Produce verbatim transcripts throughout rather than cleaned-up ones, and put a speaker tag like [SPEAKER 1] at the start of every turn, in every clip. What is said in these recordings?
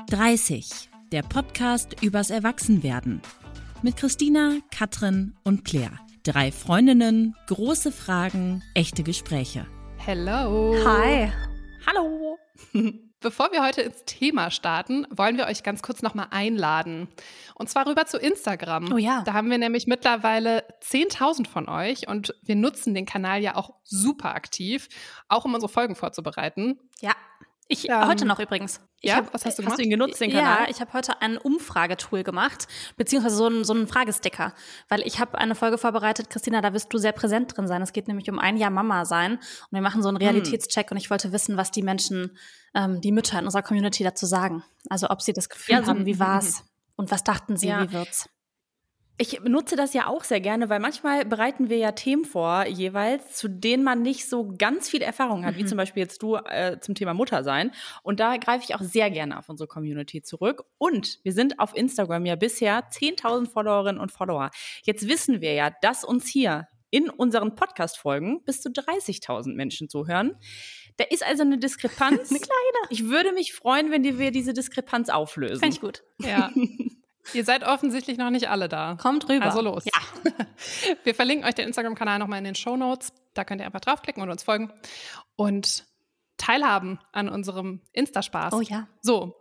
[SPEAKER 1] dreißig, der Podcast übers Erwachsenwerden. Mit Christina, Katrin und Claire. Drei Freundinnen, große Fragen, echte Gespräche.
[SPEAKER 2] Hello.
[SPEAKER 3] Hi.
[SPEAKER 2] Hallo. Bevor wir heute ins Thema starten, wollen wir euch ganz kurz nochmal einladen. Und zwar rüber zu Instagram.
[SPEAKER 3] Oh ja.
[SPEAKER 2] Da haben wir nämlich mittlerweile zehntausend von euch und wir nutzen den Kanal ja auch super aktiv, auch um unsere Folgen vorzubereiten.
[SPEAKER 3] Ja. Ich,
[SPEAKER 2] Ähm,
[SPEAKER 3] heute noch übrigens. Ich
[SPEAKER 2] ja,
[SPEAKER 3] hab,
[SPEAKER 2] was hast du gemacht?
[SPEAKER 1] Hast du ihn genutzt, den Kanal?
[SPEAKER 3] Ja, ich habe heute ein Umfragetool gemacht, beziehungsweise so einen so einen Fragesticker, weil ich habe eine Folge vorbereitet, Christina, da wirst du sehr präsent drin sein. Es geht nämlich um ein Jahr Mama sein und wir machen so einen Realitätscheck und ich wollte wissen, was die Menschen, ähm, die Mütter in unserer Community dazu sagen. Also ob sie das Gefühl
[SPEAKER 1] Ja, so-
[SPEAKER 3] haben, wie war's und was dachten sie,
[SPEAKER 1] Ja.
[SPEAKER 3] wie wird's?
[SPEAKER 1] Ich nutze das ja auch sehr gerne, weil manchmal bereiten wir ja Themen vor, jeweils, zu denen man nicht so ganz viel Erfahrung hat,
[SPEAKER 3] Mhm.
[SPEAKER 1] wie zum Beispiel jetzt du äh, zum Thema Mutter sein. Und da greife ich auch sehr gerne auf unsere Community zurück. Und wir sind auf Instagram ja bisher zehntausend Followerinnen und Follower. Jetzt wissen wir ja, dass uns hier in unseren Podcast-Folgen bis zu dreißigtausend Menschen zuhören. Da ist also eine Diskrepanz.
[SPEAKER 3] Eine kleine.
[SPEAKER 1] Ich würde mich freuen, wenn wir diese Diskrepanz auflösen.
[SPEAKER 3] Fände ich gut.
[SPEAKER 2] Ja. Ihr seid offensichtlich noch nicht alle da.
[SPEAKER 3] Kommt rüber.
[SPEAKER 2] Also los.
[SPEAKER 3] Ja.
[SPEAKER 2] Wir verlinken euch den Instagram-Kanal nochmal in den Shownotes. Da könnt ihr einfach draufklicken und uns folgen und teilhaben an unserem Insta-Spaß.
[SPEAKER 3] Oh ja.
[SPEAKER 2] So,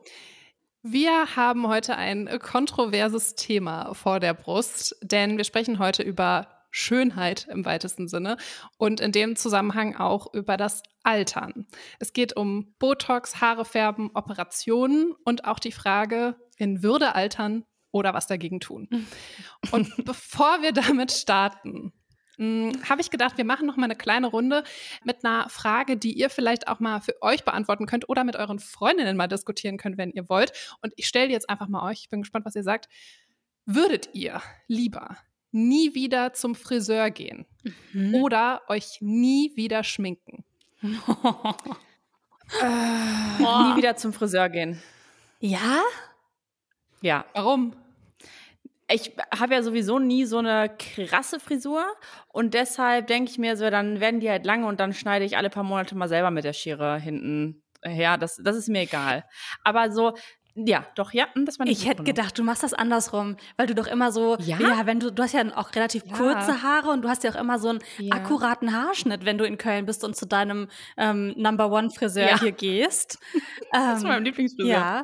[SPEAKER 2] wir haben heute ein kontroverses Thema vor der Brust, denn wir sprechen heute über Schönheit im weitesten Sinne und in dem Zusammenhang auch über das Altern. Es geht um Botox, Haare färben, Operationen und auch die Frage, in Würde altern oder was dagegen tun. Und bevor wir damit starten, habe ich gedacht, wir machen noch mal eine kleine Runde mit einer Frage, die ihr vielleicht auch mal für euch beantworten könnt oder mit euren Freundinnen mal diskutieren könnt, wenn ihr wollt. Und ich stelle die jetzt einfach mal euch, ich bin gespannt, was ihr sagt. Würdet ihr lieber nie wieder zum Friseur gehen
[SPEAKER 3] Mhm.
[SPEAKER 2] oder euch nie wieder schminken?
[SPEAKER 1] Nie wieder zum Friseur gehen.
[SPEAKER 3] Ja?
[SPEAKER 1] Ja.
[SPEAKER 2] Warum?
[SPEAKER 1] Ich habe ja sowieso nie so eine krasse Frisur und deshalb denke ich mir so, dann werden die halt lange und dann schneide ich alle paar Monate mal selber mit der Schere hinten her. Das, das ist mir egal. Aber so, ja, doch, ja, das war eine
[SPEAKER 3] Ich hätte
[SPEAKER 1] Begründung.
[SPEAKER 3] gedacht, du machst das andersrum, weil du doch immer so,
[SPEAKER 1] Ja?
[SPEAKER 3] ja, wenn du, du hast ja auch relativ
[SPEAKER 2] Ja.
[SPEAKER 3] kurze Haare und du hast ja auch immer so einen
[SPEAKER 1] Ja.
[SPEAKER 3] akkuraten Haarschnitt, wenn du in Köln bist und zu deinem ähm, Number One Friseur
[SPEAKER 1] Ja.
[SPEAKER 3] hier gehst.
[SPEAKER 1] Das ist
[SPEAKER 3] Ähm,
[SPEAKER 1] mein Lieblingsfriseur.
[SPEAKER 3] ja,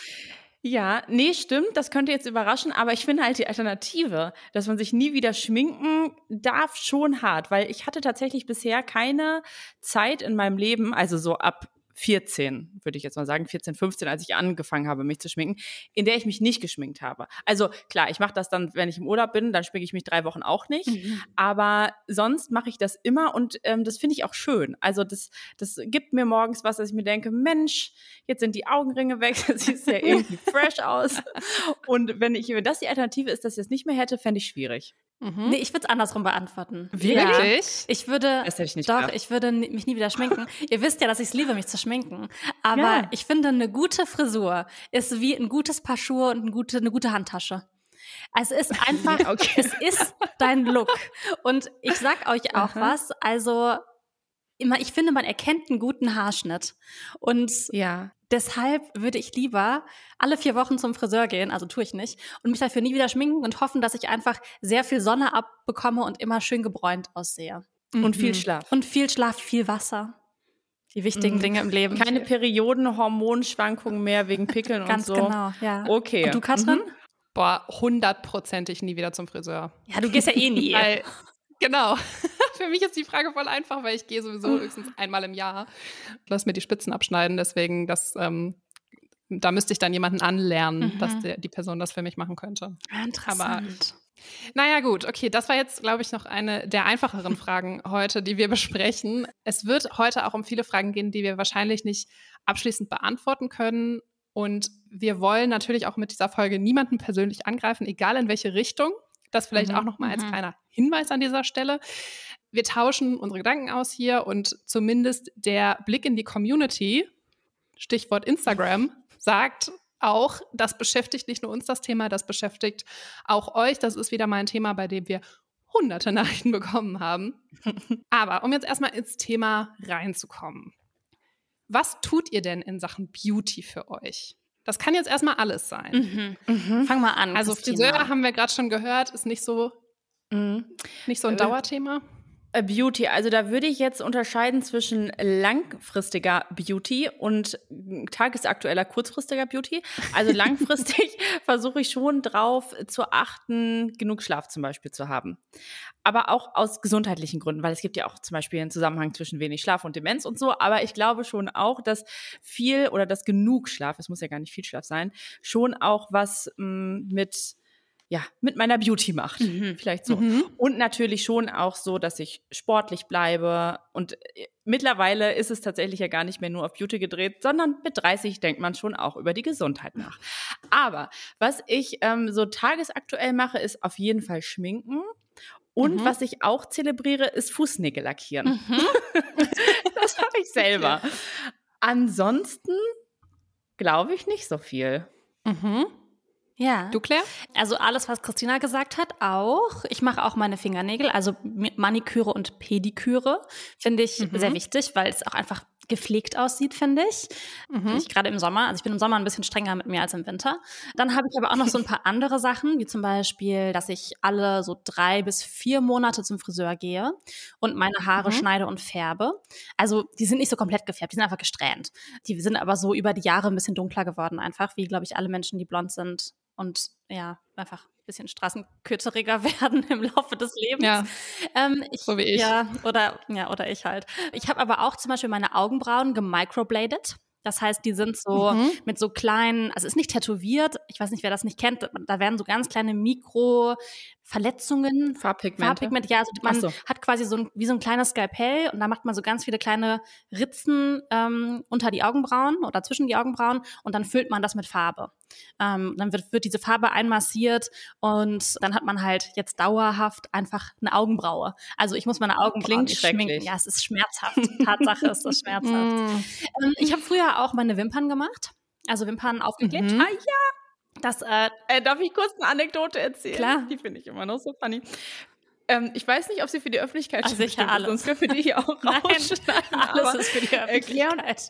[SPEAKER 1] Ja, nee, stimmt, das könnte jetzt überraschen, aber ich finde halt die Alternative, dass man sich nie wieder schminken darf, schon hart, weil ich hatte tatsächlich bisher keine Zeit in meinem Leben, also so ab vierzehn, würde ich jetzt mal sagen, vierzehn, fünfzehn, als ich angefangen habe, mich zu schminken, in der ich mich nicht geschminkt habe. Also klar, ich mache das dann, wenn ich im Urlaub bin, dann schminke ich mich drei Wochen auch nicht,
[SPEAKER 3] Mhm.
[SPEAKER 1] aber sonst mache ich das immer und ähm, das finde ich auch schön. Also das, das gibt mir morgens was, dass ich mir denke, Mensch, jetzt sind die Augenringe weg, das sieht ja irgendwie fresh aus. Und wenn ich, wenn das die Alternative ist, dass ich das nicht mehr hätte, fände ich schwierig.
[SPEAKER 2] Mhm.
[SPEAKER 3] nee, ich würde es andersrum beantworten.
[SPEAKER 2] Wirklich?
[SPEAKER 3] Ja. Ich würde,
[SPEAKER 1] Das hätte ich nicht
[SPEAKER 3] doch,
[SPEAKER 1] gedacht.
[SPEAKER 3] ich würde n- mich nie wieder schminken. Ihr wisst ja, dass ich es liebe, mich zu schminken. Aber
[SPEAKER 1] Ja.
[SPEAKER 3] ich finde, eine gute Frisur ist wie ein gutes Paar Schuhe und eine gute, eine gute Handtasche. Also es ist einfach,
[SPEAKER 1] Ja, okay.
[SPEAKER 3] es ist dein Look. Und ich sag euch auch
[SPEAKER 1] Aha.
[SPEAKER 3] was, also immer, ich finde, man erkennt einen guten Haarschnitt. Und
[SPEAKER 1] Ja.
[SPEAKER 3] deshalb würde ich lieber alle vier Wochen zum Friseur gehen, also tue ich nicht, und mich dafür nie wieder schminken und hoffen, dass ich einfach sehr viel Sonne abbekomme und immer schön gebräunt aussehe.
[SPEAKER 1] Und viel
[SPEAKER 2] Mhm.
[SPEAKER 1] Schlaf.
[SPEAKER 3] Und viel Schlaf, viel Wasser. Die wichtigen
[SPEAKER 1] Mhm.
[SPEAKER 3] Dinge im Leben.
[SPEAKER 1] Keine Periodenhormonschwankungen mehr wegen Pickeln
[SPEAKER 3] Ganz
[SPEAKER 1] und so.
[SPEAKER 3] genau, ja.
[SPEAKER 1] Okay.
[SPEAKER 3] Und du, Katrin?
[SPEAKER 1] Mhm.
[SPEAKER 2] Boah, hundertprozentig nie wieder zum Friseur.
[SPEAKER 3] Ja, du gehst ja eh nie.
[SPEAKER 2] Weil, genau. Für mich ist die Frage voll einfach, weil ich gehe sowieso höchstens einmal im Jahr. Lass mir die Spitzen abschneiden, deswegen das, ähm, da müsste ich dann jemanden anlernen,
[SPEAKER 3] Mhm.
[SPEAKER 2] dass der, die Person das für mich machen könnte.
[SPEAKER 3] Interessant.
[SPEAKER 2] Naja, gut, okay, das war jetzt, glaube ich, noch eine der einfacheren Fragen heute, die wir besprechen. Es wird heute auch um viele Fragen gehen, die wir wahrscheinlich nicht abschließend beantworten können. Und wir wollen natürlich auch mit dieser Folge niemanden persönlich angreifen, egal in welche Richtung. Das vielleicht
[SPEAKER 3] Mhm,
[SPEAKER 2] auch nochmal als
[SPEAKER 3] mhm.
[SPEAKER 2] kleiner Hinweis an dieser Stelle. Wir tauschen unsere Gedanken aus hier und zumindest der Blick in die Community, Stichwort Instagram, sagt auch, das beschäftigt nicht nur uns das Thema, das beschäftigt auch euch. Das ist wieder mal ein Thema, bei dem wir hunderte Nachrichten bekommen haben. Aber um jetzt erstmal ins Thema reinzukommen. Was tut ihr denn in Sachen Beauty für euch? Das kann jetzt erstmal alles sein.
[SPEAKER 3] Mhm. Mhm. Fang mal an,
[SPEAKER 2] Also
[SPEAKER 3] Christina.
[SPEAKER 2] Friseur haben wir gerade schon gehört, ist nicht so, mhm. nicht so ein Dauerthema.
[SPEAKER 1] Beauty, also da würde ich jetzt unterscheiden zwischen langfristiger Beauty und tagesaktueller, kurzfristiger Beauty. Also langfristig versuche ich schon drauf zu achten, genug Schlaf zum Beispiel zu haben. Aber auch aus gesundheitlichen Gründen, weil es gibt ja auch zum Beispiel einen Zusammenhang zwischen wenig Schlaf und Demenz und so. Aber ich glaube schon auch, dass viel oder dass genug Schlaf, es muss ja gar nicht viel Schlaf sein, schon auch was mh, mit ja, mit meiner Beauty macht. Mhm. Vielleicht so. Mhm. Und natürlich schon auch so, dass ich sportlich bleibe. Und mittlerweile ist es tatsächlich ja gar nicht mehr nur auf Beauty gedreht, sondern mit dreißig denkt man schon auch über die Gesundheit nach. Aber was ich ähm, so tagesaktuell mache, ist auf jeden Fall Schminken. Und mhm. was ich auch zelebriere, ist Fußnägel lackieren. Mhm. Das mache ich selber. Okay. Ansonsten glaube ich nicht so viel.
[SPEAKER 3] Mhm. Ja.
[SPEAKER 2] Du, Claire?
[SPEAKER 3] Also alles, was Christina gesagt hat, auch. Ich mache auch meine Fingernägel, also Maniküre und Pediküre, finde ich mhm. sehr wichtig, weil es auch einfach gepflegt aussieht, finde ich. Mhm. Ich gerade im Sommer, also ich bin im Sommer ein bisschen strenger mit mir als im Winter. Dann habe ich aber auch noch so ein paar andere Sachen, wie zum Beispiel, dass ich alle so drei bis vier Monate zum Friseur gehe und meine Haare mhm. schneide und färbe. Also die sind nicht so komplett gefärbt, die sind einfach gesträhnt. Die sind aber so über die Jahre ein bisschen dunkler geworden einfach, wie, glaube ich, alle Menschen, die blond sind und ja, einfach ein bisschen straßenköteriger werden im Laufe des Lebens.
[SPEAKER 2] Ja,
[SPEAKER 3] ähm, ich,
[SPEAKER 2] so wie ich.
[SPEAKER 3] Ja, oder, ja, oder ich halt. Ich habe aber auch zum Beispiel meine Augenbrauen gemicrobladed. Das heißt, die sind so mhm. mit so kleinen, also ist nicht tätowiert, ich weiß nicht, wer das nicht kennt, da werden so ganz kleine Mikroverletzungen.
[SPEAKER 1] Farbpigmente.
[SPEAKER 3] Farbpigmente, ja, also man so. hat quasi so ein, wie so ein kleines Skalpell und da macht man so ganz viele kleine Ritzen ähm, unter die Augenbrauen oder zwischen die Augenbrauen und dann füllt man das mit Farbe. Ähm, dann wird, wird diese Farbe einmassiert und dann hat man halt jetzt dauerhaft einfach eine Augenbraue. Also ich muss meine Augenbrauen
[SPEAKER 1] Klingt
[SPEAKER 3] nicht
[SPEAKER 1] schrecklich.
[SPEAKER 3] schminken. Ja, es ist schmerzhaft. Tatsache ist es schmerzhaft. ähm, ich habe früher auch meine Wimpern gemacht, also Wimpern aufgeklebt.
[SPEAKER 1] Mhm.
[SPEAKER 3] Ah ja, das, äh,
[SPEAKER 1] äh, darf ich kurz eine Anekdote erzählen?
[SPEAKER 3] Klar.
[SPEAKER 1] Die finde ich immer noch so funny. Ähm, ich weiß nicht, ob sie für die Öffentlichkeit
[SPEAKER 3] also
[SPEAKER 1] stimmt,
[SPEAKER 3] alles.
[SPEAKER 1] sonst können wir die hier auch rausschneiden.
[SPEAKER 3] Alles
[SPEAKER 1] aber,
[SPEAKER 3] ist für die Öffentlichkeit.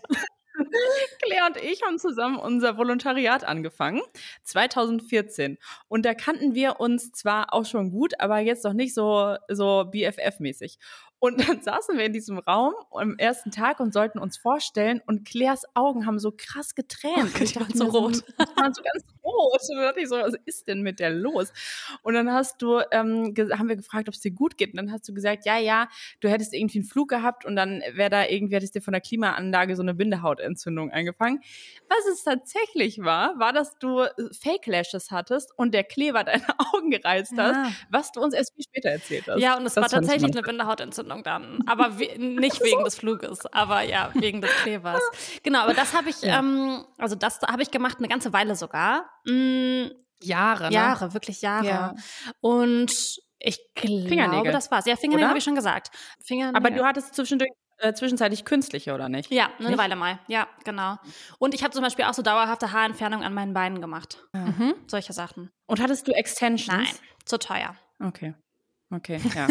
[SPEAKER 1] Claire und ich haben zusammen unser Volontariat angefangen, zwanzig vierzehn. Und da kannten wir uns zwar auch schon gut, aber jetzt noch nicht so, so B F F-mäßig. Und dann saßen wir in diesem Raum am ersten Tag und sollten uns vorstellen und Claires Augen haben so krass getränt.
[SPEAKER 3] Oh, die waren so rot.
[SPEAKER 1] Die waren so ganz rot. Und dann dachte ich so, was ist denn mit der los? Und dann hast du, ähm, haben wir gefragt, ob es dir gut geht. Und dann hast du gesagt, ja, ja, du hättest irgendwie einen Flug gehabt und dann wäre da irgendwie, hättest dir von der Klimaanlage so eine Bindehautentzündung eingefangen. Was es tatsächlich war, war, dass du Fake Lashes hattest und der Kleber deine Augen gereizt
[SPEAKER 3] Ja.
[SPEAKER 1] hast, was du uns erst viel später erzählt hast.
[SPEAKER 3] Ja, und es
[SPEAKER 1] Das
[SPEAKER 3] war
[SPEAKER 1] fand ich
[SPEAKER 3] tatsächlich
[SPEAKER 1] immer-
[SPEAKER 3] eine Bindehautentzündung dann. Aber we- nicht wegen des Fluges, aber ja, wegen des Klebers. Genau, aber das habe ich,
[SPEAKER 1] Ja.
[SPEAKER 3] ähm, also das habe ich gemacht eine ganze Weile sogar. Mm,
[SPEAKER 2] Jahre, ne?
[SPEAKER 3] Jahre, wirklich Jahre.
[SPEAKER 1] Ja.
[SPEAKER 3] Und ich glaube,
[SPEAKER 1] Fingernägel,
[SPEAKER 3] das war's. Ja, Fingernägel
[SPEAKER 1] oder?
[SPEAKER 3] habe ich schon gesagt. Fingernägel.
[SPEAKER 1] Aber du hattest zwischendurch, äh, zwischenzeitlich künstliche, oder nicht?
[SPEAKER 3] Ja, eine
[SPEAKER 1] Nicht?
[SPEAKER 3] Weile mal. Ja, genau. Und ich habe zum Beispiel auch so dauerhafte Haarentfernung an meinen Beinen gemacht.
[SPEAKER 2] Mhm.
[SPEAKER 3] Solche Sachen.
[SPEAKER 1] Und hattest du Extensions?
[SPEAKER 3] Nein, zu teuer.
[SPEAKER 1] Okay. Okay, ja.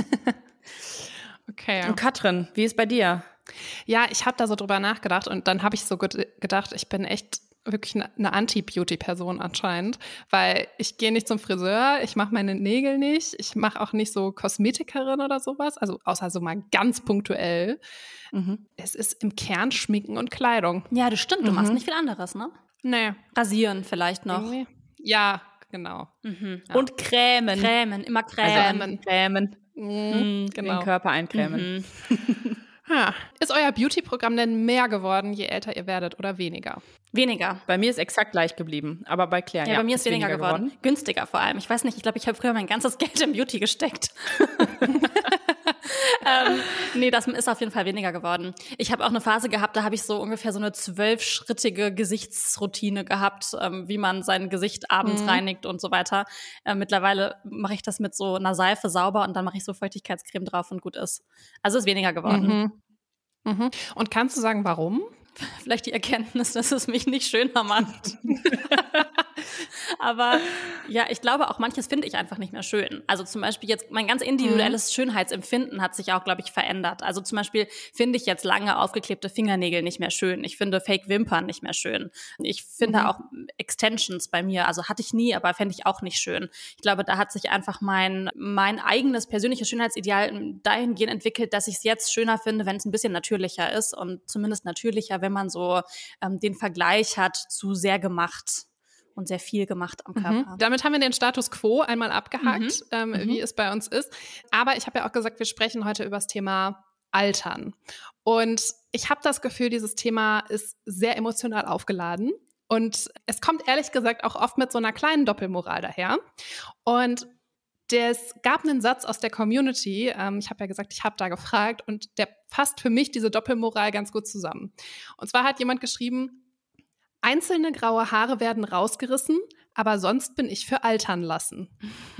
[SPEAKER 2] Okay.
[SPEAKER 1] Und Katrin, wie ist bei dir?
[SPEAKER 2] Ja, ich habe da so drüber nachgedacht und dann habe ich so ge- gedacht, ich bin echt wirklich eine, eine Anti-Beauty-Person anscheinend, weil ich gehe nicht zum Friseur, ich mache meine Nägel nicht, ich mache auch nicht so Kosmetikerin oder sowas, also außer so mal ganz punktuell.
[SPEAKER 1] Mhm.
[SPEAKER 2] Es ist im Kern Schminken und Kleidung.
[SPEAKER 3] Ja, das stimmt. Du
[SPEAKER 1] Mhm.
[SPEAKER 3] machst nicht viel anderes, ne?
[SPEAKER 2] Nee.
[SPEAKER 3] Rasieren vielleicht noch.
[SPEAKER 2] Irgendwie. Ja, genau.
[SPEAKER 3] Mhm.
[SPEAKER 2] Ja.
[SPEAKER 1] Und Cremen.
[SPEAKER 3] Cremen, immer Cremen.
[SPEAKER 1] Also, Cremen.
[SPEAKER 2] Mhm,
[SPEAKER 1] Den
[SPEAKER 2] genau.
[SPEAKER 1] Körper eincremen.
[SPEAKER 3] Mhm.
[SPEAKER 2] Ha. Ist euer Beauty-Programm denn mehr geworden, je älter ihr werdet oder weniger?
[SPEAKER 3] Weniger.
[SPEAKER 1] Bei mir ist exakt gleich geblieben, aber bei Claire,
[SPEAKER 3] Ja,
[SPEAKER 1] ja,
[SPEAKER 3] bei mir ist weniger, geworden. Günstiger vor allem. Ich weiß nicht, ich glaube, ich habe früher mein ganzes Geld in Beauty gesteckt. ähm, nee, das ist auf jeden Fall weniger geworden. Ich habe auch eine Phase gehabt, da habe ich so ungefähr so eine zwölfschrittige Gesichtsroutine gehabt, ähm, wie man sein Gesicht abends
[SPEAKER 2] Mhm.
[SPEAKER 3] reinigt und so weiter. Äh, mittlerweile mache ich das mit so einer Seife sauber und dann mache ich so Feuchtigkeitscreme drauf und gut ist. Also ist weniger geworden.
[SPEAKER 2] Mhm. Mhm. Und kannst du sagen, warum?
[SPEAKER 3] Vielleicht die Erkenntnis, dass es mich nicht schöner macht. Aber ja, ich glaube auch, manches finde ich einfach nicht mehr schön. Also zum Beispiel jetzt, mein ganz individuelles Schönheitsempfinden hat sich auch, glaube ich, verändert. Also zum Beispiel finde ich jetzt lange aufgeklebte Fingernägel nicht mehr schön. Ich finde Fake-Wimpern nicht mehr schön. Ich finde
[SPEAKER 1] Mhm.
[SPEAKER 3] auch Extensions bei mir. Also hatte ich nie, aber fände ich auch nicht schön. Ich glaube, da hat sich einfach mein, mein eigenes persönliches Schönheitsideal dahingehend entwickelt, dass ich es jetzt schöner finde, wenn es ein bisschen natürlicher ist und zumindest natürlicher, wenn man so ähm, den Vergleich hat zu sehr gemacht und sehr viel gemacht am Körper.
[SPEAKER 2] Mhm. Damit haben wir den Status quo einmal abgehakt, mhm. Ähm, mhm. wie es bei uns ist. Aber ich habe ja auch gesagt, wir sprechen heute über das Thema Altern. Und ich habe das Gefühl, dieses Thema ist sehr emotional aufgeladen. Und es kommt ehrlich gesagt auch oft mit so einer kleinen Doppelmoral daher. Und es gab einen Satz aus der Community, ähm, ich habe ja gesagt, ich habe da gefragt, und der fasst für mich diese Doppelmoral ganz gut zusammen. Und zwar hat jemand geschrieben: Einzelne graue Haare werden rausgerissen, aber sonst bin ich für altern lassen.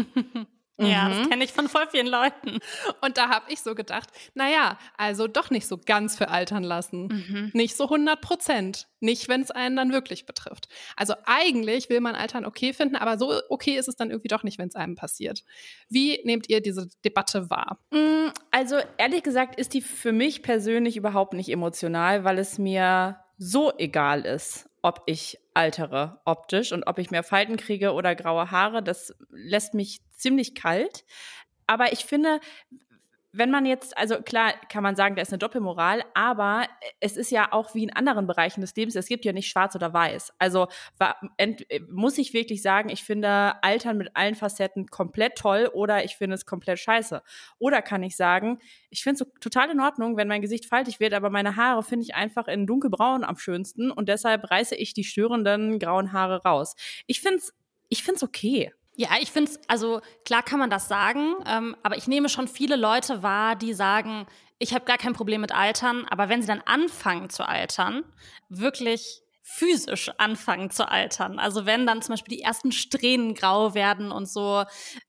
[SPEAKER 3] Ja, das kenne ich von voll vielen Leuten.
[SPEAKER 2] Und da habe ich so gedacht, naja, also doch nicht so ganz für altern lassen. Mhm. Nicht so hundert Prozent. Nicht, wenn es einen dann wirklich betrifft. Also eigentlich will man Altern okay finden, aber so okay ist es dann irgendwie doch nicht, wenn es einem passiert. Wie nehmt ihr diese Debatte wahr?
[SPEAKER 1] Also ehrlich gesagt ist die für mich persönlich überhaupt nicht emotional, weil es mir so egal ist, ob ich altere optisch und ob ich mehr Falten kriege oder graue Haare. Das lässt mich ziemlich kalt. Aber ich finde, wenn man jetzt, also klar kann man sagen, da ist eine Doppelmoral, aber es ist ja auch wie in anderen Bereichen des Lebens, es gibt ja nicht schwarz oder weiß. Also war, ent, muss ich wirklich sagen, ich finde Altern mit allen Facetten komplett toll oder ich finde es komplett scheiße. Oder kann ich sagen, ich finde es so total in Ordnung, wenn mein Gesicht faltig wird, aber meine Haare finde ich einfach in dunkelbraun am schönsten und deshalb reiße ich die störenden grauen Haare raus. Ich finde es ich find's okay.
[SPEAKER 3] Ja, ich finde es, also klar kann man das sagen, ähm, aber ich nehme schon viele Leute wahr, die sagen, ich habe gar kein Problem mit Altern, aber wenn sie dann anfangen zu altern, wirklich physisch anfangen zu altern, also wenn dann zum Beispiel die ersten Strähnen grau werden und so,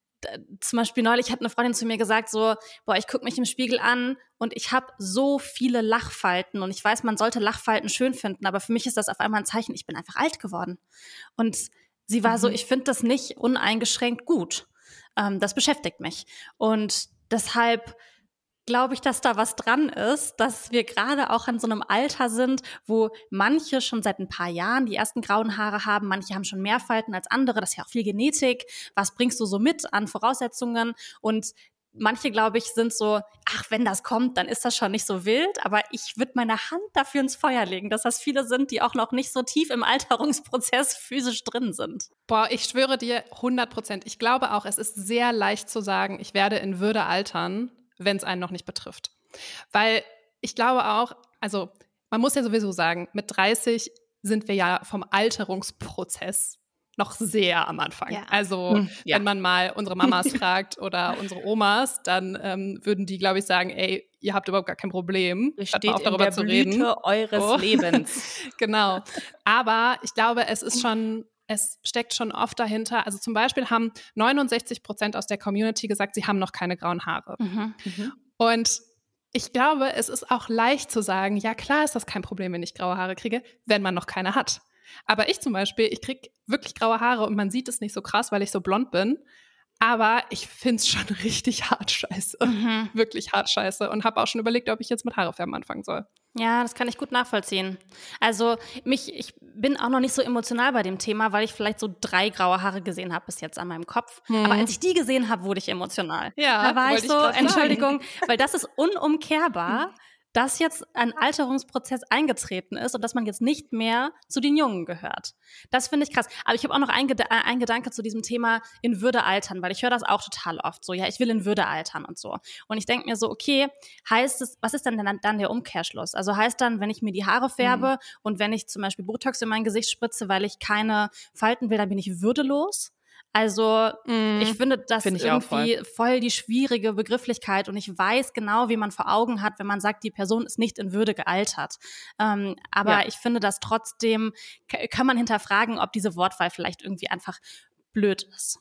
[SPEAKER 3] zum Beispiel neulich hat eine Freundin zu mir gesagt so, boah, ich gucke mich im Spiegel an und ich habe so viele Lachfalten und ich weiß, man sollte Lachfalten schön finden, aber für mich ist das auf einmal ein Zeichen, ich bin einfach alt geworden. Und sie war mhm. so, ich finde das nicht uneingeschränkt gut. Ähm, das beschäftigt mich. Und deshalb glaube ich, dass da was dran ist, dass wir gerade auch an so einem Alter sind, wo manche schon seit ein paar Jahren die ersten grauen Haare haben, manche haben schon mehr Falten als andere, das ist ja auch viel Genetik. Was bringst du so mit an Voraussetzungen? Und manche, glaube ich, sind so, ach, wenn das kommt, dann ist das schon nicht so wild. Aber ich würde meine Hand dafür ins Feuer legen, dass das viele sind, die auch noch nicht so tief im Alterungsprozess physisch drin sind.
[SPEAKER 2] Boah, ich schwöre dir hundert Prozent. Ich glaube auch, es ist sehr leicht zu sagen, ich werde in Würde altern, wenn es einen noch nicht betrifft. Weil ich glaube auch, also man muss ja sowieso sagen, mit dreißig sind wir ja vom Alterungsprozess noch sehr am Anfang. Ja. Also hm, ja. wenn man mal unsere Mamas fragt oder unsere Omas, dann ähm, würden die, glaube ich, sagen, ey, ihr habt überhaupt gar kein Problem,
[SPEAKER 1] statt mal auch darüber in der zu Blüte reden. Eures oh. Lebens.
[SPEAKER 2] Genau. Aber ich glaube, es ist schon, es steckt schon oft dahinter. Also zum Beispiel haben neunundsechzig Prozent aus der Community gesagt, sie haben noch keine grauen Haare. Mhm. Mhm. Und ich glaube, es ist auch leicht zu sagen, ja klar ist das kein Problem, wenn ich graue Haare kriege, wenn man noch keine hat. Aber ich zum Beispiel, ich kriege wirklich graue Haare und man sieht es nicht so krass, weil ich so blond bin. Aber ich finde es schon richtig hart scheiße. Mhm. Wirklich hart scheiße. Und habe auch schon überlegt, ob ich jetzt mit Haarefärben anfangen soll.
[SPEAKER 3] Ja, das kann ich gut nachvollziehen. Also mich, ich bin auch noch nicht so emotional bei dem Thema, weil ich vielleicht so drei graue Haare gesehen habe bis jetzt an meinem Kopf. Mhm. Aber als ich die gesehen habe, wurde ich emotional.
[SPEAKER 2] Ja,
[SPEAKER 3] da war ich so, ich Entschuldigung, weil das ist unumkehrbar. Mhm. dass jetzt ein Alterungsprozess eingetreten ist und dass man jetzt nicht mehr zu den Jungen gehört. Das finde ich krass. Aber ich habe auch noch einen Ged- ein Gedanke zu diesem Thema in Würde altern, weil ich höre das auch total oft so, ja, ich will in Würde altern und so. Und ich denke mir so, okay, heißt es, was ist denn dann, dann der Umkehrschluss? Also heißt dann, wenn ich mir die Haare färbe mhm. und wenn ich zum Beispiel Botox in mein Gesicht spritze, weil ich keine Falten will, dann bin ich würdelos? Also mm, ich finde das find ich irgendwie voll. voll die schwierige Begrifflichkeit und ich weiß genau, wie man vor Augen hat, wenn man sagt, die Person ist nicht in Würde gealtert. Ähm, aber ja. ich finde, dass trotzdem k- kann man hinterfragen, ob diese Wortwahl vielleicht irgendwie einfach blöd ist.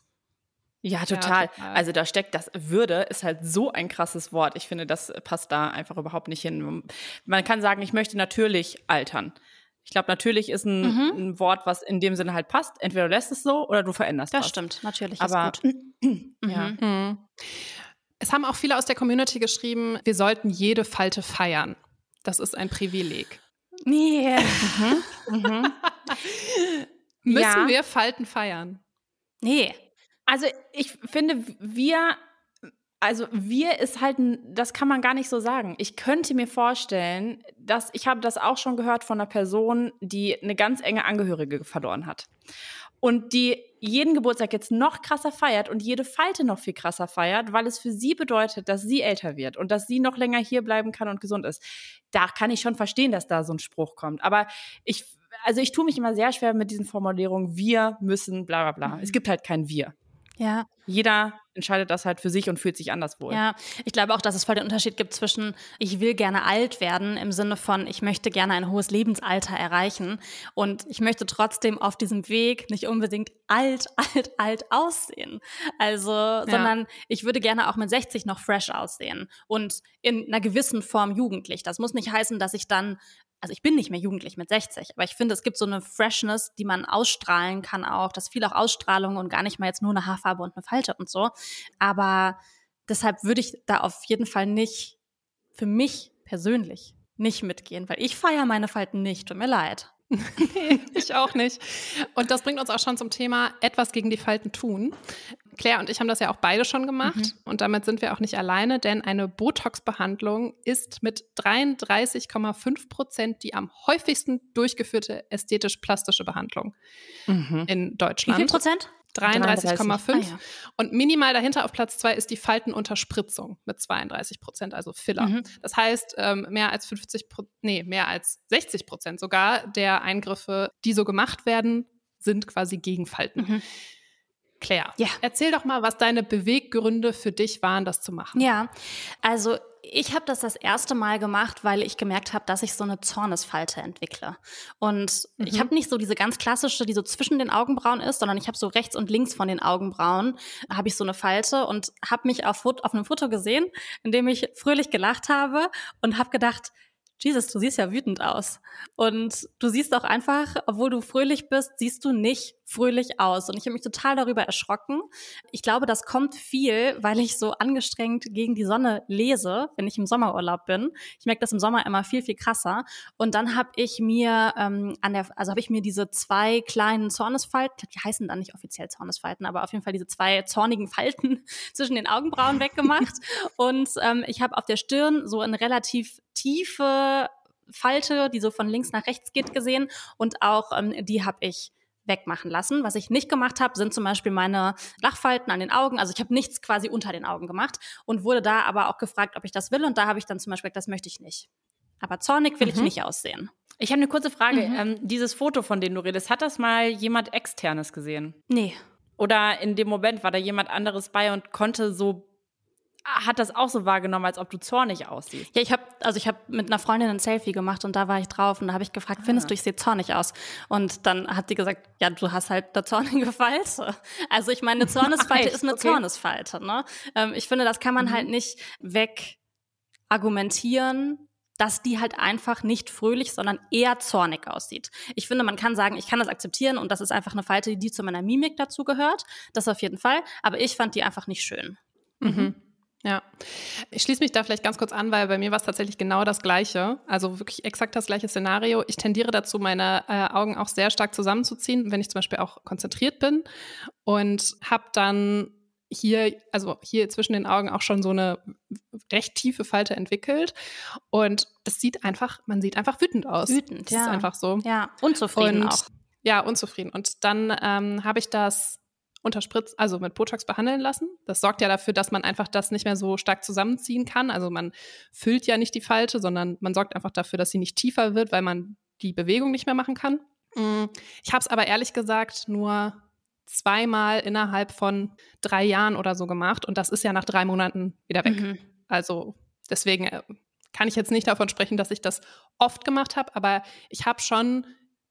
[SPEAKER 1] Ja total. ja, total. Also da steckt das Würde, ist halt so ein krasses Wort. Ich finde, das passt da einfach überhaupt nicht hin. Man kann sagen, ich möchte natürlich altern. Ich glaube, natürlich ist ein, mhm. ein Wort, was in dem Sinne halt passt. Entweder du lässt es so oder du veränderst
[SPEAKER 3] das.
[SPEAKER 1] Das
[SPEAKER 3] stimmt, natürlich
[SPEAKER 1] Aber,
[SPEAKER 3] ist gut.
[SPEAKER 2] ja. mhm. Es haben auch viele aus der Community geschrieben, wir sollten jede Falte feiern. Das ist ein Privileg.
[SPEAKER 3] Yeah.
[SPEAKER 2] mhm. Mhm. Müssen
[SPEAKER 1] Ja.
[SPEAKER 2] wir Falten feiern?
[SPEAKER 3] Nee.
[SPEAKER 1] Also ich finde, wir, also wir ist halt, ein, das kann man gar nicht so sagen. Ich könnte mir vorstellen, dass, ich habe das auch schon gehört von einer Person, die eine ganz enge Angehörige verloren hat. Und die jeden Geburtstag jetzt noch krasser feiert und jede Falte noch viel krasser feiert, weil es für sie bedeutet, dass sie älter wird und dass sie noch länger hier bleiben kann und gesund ist. Da kann ich schon verstehen, dass da so ein Spruch kommt. Aber ich, also ich tue mich immer sehr schwer mit diesen Formulierungen, wir müssen, bla bla bla.
[SPEAKER 3] Mhm.
[SPEAKER 1] Es gibt halt kein Wir.
[SPEAKER 3] Ja.
[SPEAKER 1] Jeder entscheidet das halt für sich und fühlt sich anders wohl.
[SPEAKER 3] Ja, ich glaube auch, dass es voll den Unterschied gibt zwischen ich will gerne alt werden im Sinne von ich möchte gerne ein hohes Lebensalter erreichen und ich möchte trotzdem auf diesem Weg nicht unbedingt alt, alt, alt aussehen. Also, ja. sondern ich würde gerne auch mit sechzig noch fresh aussehen und in einer gewissen Form jugendlich. Das muss nicht heißen, dass ich dann Also ich bin nicht mehr jugendlich mit sechzig, aber ich finde, es gibt so eine Freshness, die man ausstrahlen kann auch. Das ist viel auch Ausstrahlung und gar nicht mal jetzt nur eine Haarfarbe und eine Falte und so. Aber deshalb würde ich da auf jeden Fall nicht, für mich persönlich, nicht mitgehen, weil ich feiere meine Falten nicht. Tut mir leid.
[SPEAKER 2] Nee, ich auch nicht. Und das bringt uns auch schon zum Thema etwas gegen die Falten tun. Claire und ich haben das ja auch beide schon gemacht mhm. und damit sind wir auch nicht alleine, denn eine Botox-Behandlung ist mit dreiunddreißig Komma fünf Prozent die am häufigsten durchgeführte ästhetisch-plastische Behandlung mhm. in Deutschland.
[SPEAKER 3] Wie viel Prozent?
[SPEAKER 2] dreiunddreißig Komma fünf.
[SPEAKER 3] Ah, ja.
[SPEAKER 2] Und minimal dahinter auf Platz zwei ist die Faltenunterspritzung mit zweiunddreißig Prozent, also Filler. Mhm. Das heißt, ähm, mehr als fünfzig Prozent, nee, mehr als sechzig Prozent sogar der Eingriffe, die so gemacht werden, sind quasi gegen Falten. Mhm. Claire, ja. erzähl doch mal, was deine Beweggründe für dich waren, das zu machen.
[SPEAKER 3] Ja, also ich habe das das erste Mal gemacht, weil ich gemerkt habe, dass ich so eine Zornesfalte entwickle. Und mhm. ich habe nicht so diese ganz klassische, die so zwischen den Augenbrauen ist, sondern ich habe so rechts und links von den Augenbrauen habe ich so eine Falte und habe mich auf, auf einem Foto gesehen, in dem ich fröhlich gelacht habe und habe gedacht, Jesus, du siehst ja wütend aus. Und du siehst auch einfach, obwohl du fröhlich bist, siehst du nicht fröhlich aus. Und ich habe mich total darüber erschrocken. Ich glaube, das kommt viel, weil ich so angestrengt gegen die Sonne lese, wenn ich im Sommerurlaub bin. Ich merke das im Sommer immer viel, viel krasser. Und dann habe ich mir ähm, an der, also habe ich mir diese zwei kleinen Zornesfalten, die heißen dann nicht offiziell Zornesfalten, aber auf jeden Fall diese zwei zornigen Falten zwischen den Augenbrauen weggemacht. Und ähm, ich habe auf der Stirn so eine relativ tiefe Falte, die so von links nach rechts geht, gesehen. Und auch ähm, die habe ich wegmachen lassen. Was ich nicht gemacht habe, sind zum Beispiel meine Lachfalten an den Augen. Also ich habe nichts quasi unter den Augen gemacht und wurde da aber auch gefragt, ob ich das will. Und da habe ich dann zum Beispiel gesagt, das möchte ich nicht. Aber zornig will mhm. ich nicht aussehen.
[SPEAKER 1] Ich habe eine kurze Frage.
[SPEAKER 3] Mhm.
[SPEAKER 1] Ähm, dieses Foto, von dem du redest, hat das mal jemand Externes gesehen?
[SPEAKER 3] Nee.
[SPEAKER 1] Oder in dem Moment war da jemand anderes bei und konnte so hat das auch so wahrgenommen, als ob du zornig aussiehst?
[SPEAKER 3] Ja, ich habe also ich habe mit einer Freundin ein Selfie gemacht und da war ich drauf und da habe ich gefragt, ah. findest du, ich sehe zornig aus? Und dann hat sie gesagt, ja, du hast halt eine zornige Falte. Also ich meine, eine Zornesfalte ist eine okay. Zornesfalte. Ne? Ähm, ich finde, das kann man mhm. halt nicht weg argumentieren, dass die halt einfach nicht fröhlich, sondern eher zornig aussieht. Ich finde, man kann sagen, ich kann das akzeptieren und das ist einfach eine Falte, die zu meiner Mimik dazu gehört. Das auf jeden Fall. Aber ich fand die einfach nicht schön.
[SPEAKER 2] Mhm. Ja, ich schließe mich da vielleicht ganz kurz an, weil bei mir war es tatsächlich genau das Gleiche, also wirklich exakt das gleiche Szenario. Ich tendiere dazu, meine äh, Augen auch sehr stark zusammenzuziehen, wenn ich zum Beispiel auch konzentriert bin und habe dann hier, also hier zwischen den Augen auch schon so eine recht tiefe Falte entwickelt und es sieht einfach, man sieht einfach wütend aus.
[SPEAKER 3] Wütend,
[SPEAKER 2] das
[SPEAKER 3] ja.
[SPEAKER 2] ist einfach so.
[SPEAKER 3] Ja, unzufrieden
[SPEAKER 2] und,
[SPEAKER 3] auch.
[SPEAKER 2] Ja, unzufrieden. Und dann ähm, habe ich das unterspritzt, also mit Botox behandeln lassen. Das sorgt ja dafür, dass man einfach das nicht mehr so stark zusammenziehen kann. Also man füllt ja nicht die Falte, sondern man sorgt einfach dafür, dass sie nicht tiefer wird, weil man die Bewegung nicht mehr machen kann. Ich habe es aber ehrlich gesagt nur zweimal innerhalb von drei Jahren oder so gemacht und das ist ja nach drei Monaten wieder weg. Mhm. Also deswegen kann ich jetzt nicht davon sprechen, dass ich das oft gemacht habe, aber ich habe schon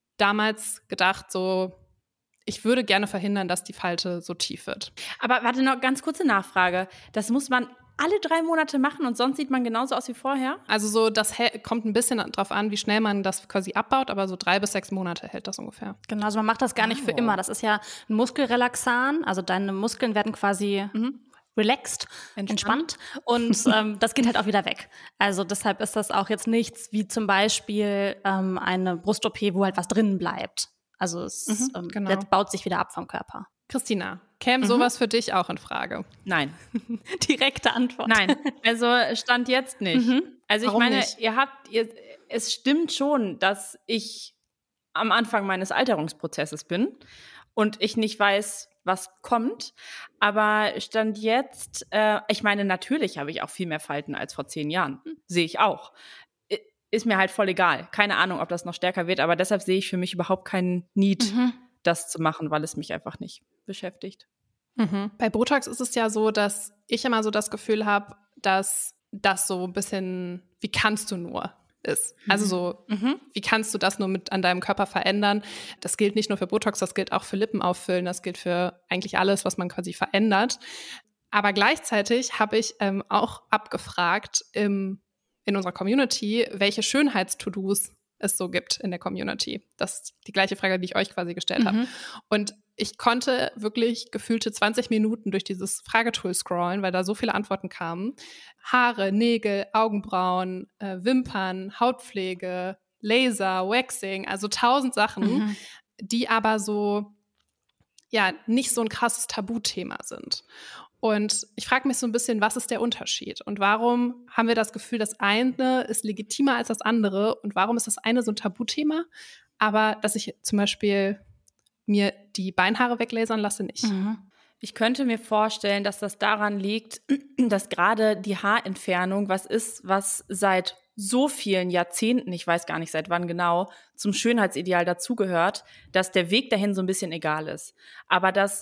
[SPEAKER 2] damals gedacht, so ich würde gerne verhindern, dass die Falte so tief wird.
[SPEAKER 1] Aber warte, noch ganz kurze Nachfrage. Das muss man alle drei Monate machen und sonst sieht man genauso aus wie vorher?
[SPEAKER 2] Also so, das kommt ein bisschen drauf an, wie schnell man das quasi abbaut, aber so drei bis sechs Monate hält das ungefähr.
[SPEAKER 3] Genau, also man macht das gar nicht oh. für immer. Das ist ja ein Muskelrelaxan, also deine Muskeln werden quasi mhm. relaxed, entspannt, entspannt. Und ähm, das geht halt auch wieder weg. Also deshalb ist das auch jetzt nichts wie zum Beispiel ähm, eine Brust-O P, wo halt was drinnen bleibt. Also es
[SPEAKER 2] Mhm,
[SPEAKER 3] ähm,
[SPEAKER 2] genau.
[SPEAKER 3] das baut sich wieder ab vom Körper.
[SPEAKER 2] Christina, käme
[SPEAKER 1] Mhm.
[SPEAKER 2] sowas für dich auch in Frage?
[SPEAKER 1] Nein.
[SPEAKER 3] Direkte Antwort.
[SPEAKER 1] Nein, also Stand jetzt nicht.
[SPEAKER 3] Mhm.
[SPEAKER 1] Also ich
[SPEAKER 2] Warum
[SPEAKER 1] meine,
[SPEAKER 2] nicht?
[SPEAKER 1] ihr habt, ihr, es stimmt schon, dass ich am Anfang meines Alterungsprozesses bin und ich nicht weiß, was kommt. Aber Stand jetzt, äh, ich meine, natürlich habe ich auch viel mehr Falten als vor zehn Jahren. Sehe ich auch. I- Ist mir halt voll egal. Keine Ahnung, ob das noch stärker wird, aber deshalb sehe ich für mich überhaupt keinen Need,
[SPEAKER 3] Mhm.
[SPEAKER 1] das zu machen, weil es mich einfach nicht beschäftigt.
[SPEAKER 2] Mhm. Bei Botox ist es ja so, dass ich immer so das Gefühl habe, dass das so ein bisschen, wie kannst du nur ist. Also so,
[SPEAKER 1] Mhm.
[SPEAKER 2] wie kannst du das nur mit an deinem Körper verändern? Das gilt nicht nur für Botox, das gilt auch für Lippen auffüllen, das gilt für eigentlich alles, was man quasi verändert. Aber gleichzeitig habe ich ähm, auch abgefragt im, in unserer Community, welche Schönheits-To-Dos es so gibt in der Community. Das ist die gleiche Frage, die ich euch quasi gestellt habe.
[SPEAKER 3] Mhm.
[SPEAKER 2] Und ich konnte wirklich gefühlte zwanzig Minuten durch dieses Fragetool scrollen, weil da so viele Antworten kamen. Haare, Nägel, Augenbrauen, äh, Wimpern, Hautpflege, Laser, Waxing, also tausend Sachen,
[SPEAKER 3] Mhm.
[SPEAKER 2] die aber so, ja, nicht so ein krasses Tabuthema sind. Und ich frage mich so ein bisschen, was ist der Unterschied? Und warum haben wir das Gefühl, das eine ist legitimer als das andere? Und warum ist das eine so ein Tabuthema, aber dass ich zum Beispiel mir die Beinhaare weglasern lasse, nicht?
[SPEAKER 3] Mhm.
[SPEAKER 1] Ich könnte mir vorstellen, dass das daran liegt, dass gerade die Haarentfernung was ist, was seit so vielen Jahrzehnten, ich weiß gar nicht seit wann genau, zum Schönheitsideal dazugehört, dass der Weg dahin so ein bisschen egal ist. Aber dass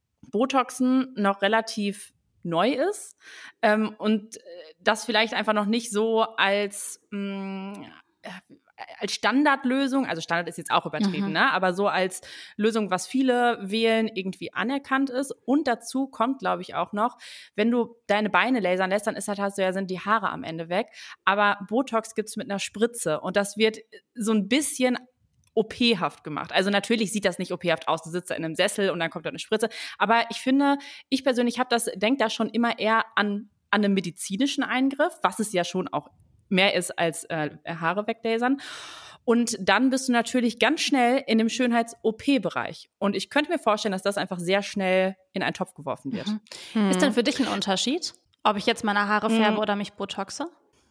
[SPEAKER 1] Botoxen noch relativ neu ist ähm, und äh, das vielleicht einfach noch nicht so als mh, äh, als Standardlösung, also Standard ist jetzt auch übertrieben,
[SPEAKER 3] Mhm.
[SPEAKER 1] ne? Aber so als Lösung, was viele wählen, irgendwie anerkannt ist. Und dazu kommt, glaube ich, auch noch, wenn du deine Beine lasern lässt, dann ist halt, hast du ja, sind die Haare am Ende weg. Aber Botox gibt's mit einer Spritze und das wird so ein bisschen O P-haft gemacht. Also natürlich sieht das nicht O P-haft aus. Du sitzt da in einem Sessel und dann kommt da eine Spritze. Aber ich finde, ich persönlich habe das, denke da schon immer eher an, an einen medizinischen Eingriff, was es ja schon auch mehr ist als äh, Haare weglasern. Und dann bist du natürlich ganz schnell in dem Schönheits-O P-Bereich. Und ich könnte mir vorstellen, dass das einfach sehr schnell in einen Topf geworfen wird.
[SPEAKER 3] Mhm.
[SPEAKER 2] Mhm.
[SPEAKER 3] Ist denn für dich ein Unterschied, ob ich jetzt meine Haare färbe
[SPEAKER 1] Mhm.
[SPEAKER 3] oder mich botoxe?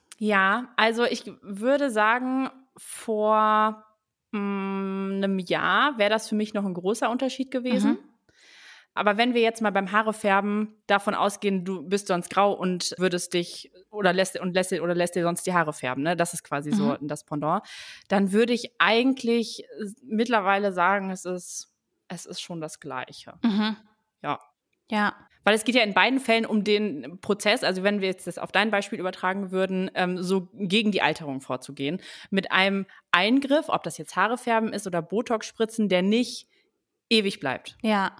[SPEAKER 1] Ja, also ich würde sagen, vor mh, einem Jahr wäre das für mich noch ein großer Unterschied gewesen.
[SPEAKER 3] Mhm.
[SPEAKER 1] Aber wenn wir jetzt mal beim Haarefärben davon ausgehen, du bist sonst grau und würdest dich oder lässt und lässt oder lässt dir sonst die Haare färben, ne? Das ist quasi so
[SPEAKER 3] Mhm.
[SPEAKER 1] das Pendant. Dann würde ich eigentlich mittlerweile sagen, es ist es ist schon das Gleiche.
[SPEAKER 3] Mhm.
[SPEAKER 1] Ja.
[SPEAKER 3] Ja.
[SPEAKER 1] Weil es geht ja in beiden Fällen um den Prozess, also wenn wir jetzt das auf dein Beispiel übertragen würden, ähm, so gegen die Alterung vorzugehen. Mit einem Eingriff, ob das jetzt Haare färben ist oder Botox-Spritzen, der nicht ewig bleibt.
[SPEAKER 3] Ja.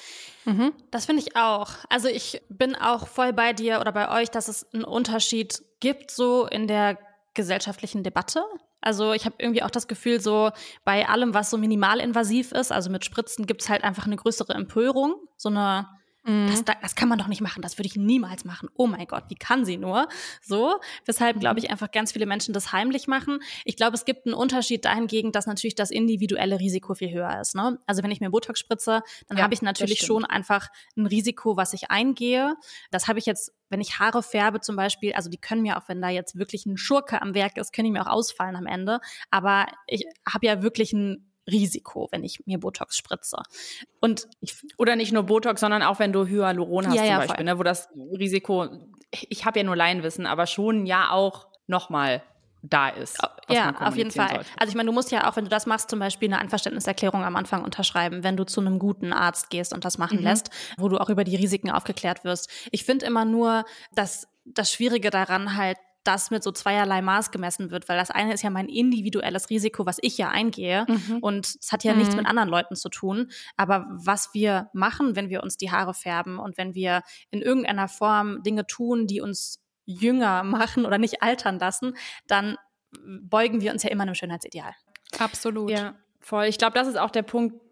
[SPEAKER 2] Mhm.
[SPEAKER 3] Das finde ich auch. Also ich bin auch voll bei dir oder bei euch, dass es einen Unterschied gibt so in der gesellschaftlichen Debatte. Also ich habe irgendwie auch das Gefühl, so bei allem, was so minimalinvasiv ist, also mit Spritzen gibt es halt einfach eine größere Empörung, so eine
[SPEAKER 2] Mhm.
[SPEAKER 3] Das, das kann man doch nicht machen, das würde ich niemals machen. Oh mein Gott, wie kann sie nur? So, weshalb, glaube ich, einfach ganz viele Menschen das heimlich machen. Ich glaube, es gibt einen Unterschied dahingegen, dass natürlich das individuelle Risiko viel höher ist. Ne? Also wenn ich mir Botox spritze, dann
[SPEAKER 1] Ja,
[SPEAKER 3] habe ich natürlich
[SPEAKER 1] das
[SPEAKER 3] schon
[SPEAKER 1] stimmt.
[SPEAKER 3] einfach ein Risiko, was ich eingehe. Das habe ich jetzt, wenn ich Haare färbe zum Beispiel, also die können mir auch, wenn da jetzt wirklich ein Schurke am Werk ist, können die mir auch ausfallen am Ende. Aber ich habe ja wirklich ein Risiko, wenn ich mir Botox spritze. Und ich
[SPEAKER 1] Oder nicht nur Botox, sondern auch wenn du Hyaluron hast
[SPEAKER 3] Ja, ja,
[SPEAKER 1] zum Beispiel,
[SPEAKER 3] voll.
[SPEAKER 1] ne, wo das Risiko, ich habe ja nur Laienwissen, aber schon ja auch nochmal da ist. was
[SPEAKER 3] Ja,
[SPEAKER 1] man
[SPEAKER 3] auf jeden
[SPEAKER 1] kommunizieren
[SPEAKER 3] Fall.
[SPEAKER 1] sollte.
[SPEAKER 3] Also ich meine, du musst ja auch, wenn du das machst, zum Beispiel eine Einverständniserklärung am Anfang unterschreiben, wenn du zu einem guten Arzt gehst und das machen
[SPEAKER 1] Mhm.
[SPEAKER 3] lässt, wo du auch über die Risiken aufgeklärt wirst. Ich finde immer nur, dass das Schwierige daran halt, dass mit so zweierlei Maß gemessen wird, weil das eine ist ja mein individuelles Risiko, was ich ja eingehe
[SPEAKER 1] Mhm.
[SPEAKER 3] und es hat ja
[SPEAKER 2] Mhm.
[SPEAKER 3] nichts mit anderen Leuten zu tun, aber was wir machen, wenn wir uns die Haare färben und wenn wir in irgendeiner Form Dinge tun, die uns jünger machen oder nicht altern lassen, dann beugen wir uns ja immer einem Schönheitsideal.
[SPEAKER 2] Absolut.
[SPEAKER 1] Ja, voll. Ich glaube, das ist auch der Punkt,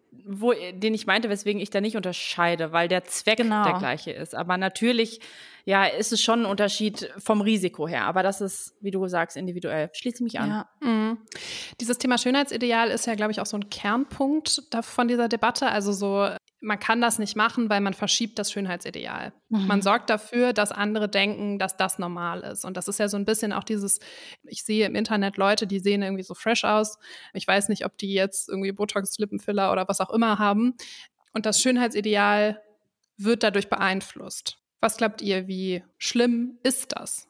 [SPEAKER 1] wo, den ich meinte, weswegen ich da nicht unterscheide, weil der Zweck
[SPEAKER 3] Genau.
[SPEAKER 1] der gleiche ist. Aber natürlich, ja, ist es schon ein Unterschied vom Risiko her. Aber das ist, wie du sagst, individuell. Schließe mich an.
[SPEAKER 3] Ja.
[SPEAKER 2] Mhm. Dieses Thema Schönheitsideal ist ja, glaube ich, auch so ein Kernpunkt da von dieser Debatte. Also so, man kann das nicht machen, weil man verschiebt das Schönheitsideal.
[SPEAKER 3] Mhm.
[SPEAKER 2] Man sorgt dafür, dass andere denken, dass das normal ist. Und das ist ja so ein bisschen auch dieses, ich sehe im Internet Leute, die sehen irgendwie so fresh aus. Ich weiß nicht, ob die jetzt irgendwie Botox, Lippenfiller oder was auch immer haben. Und das Schönheitsideal wird dadurch beeinflusst. Was glaubt ihr, wie schlimm ist das?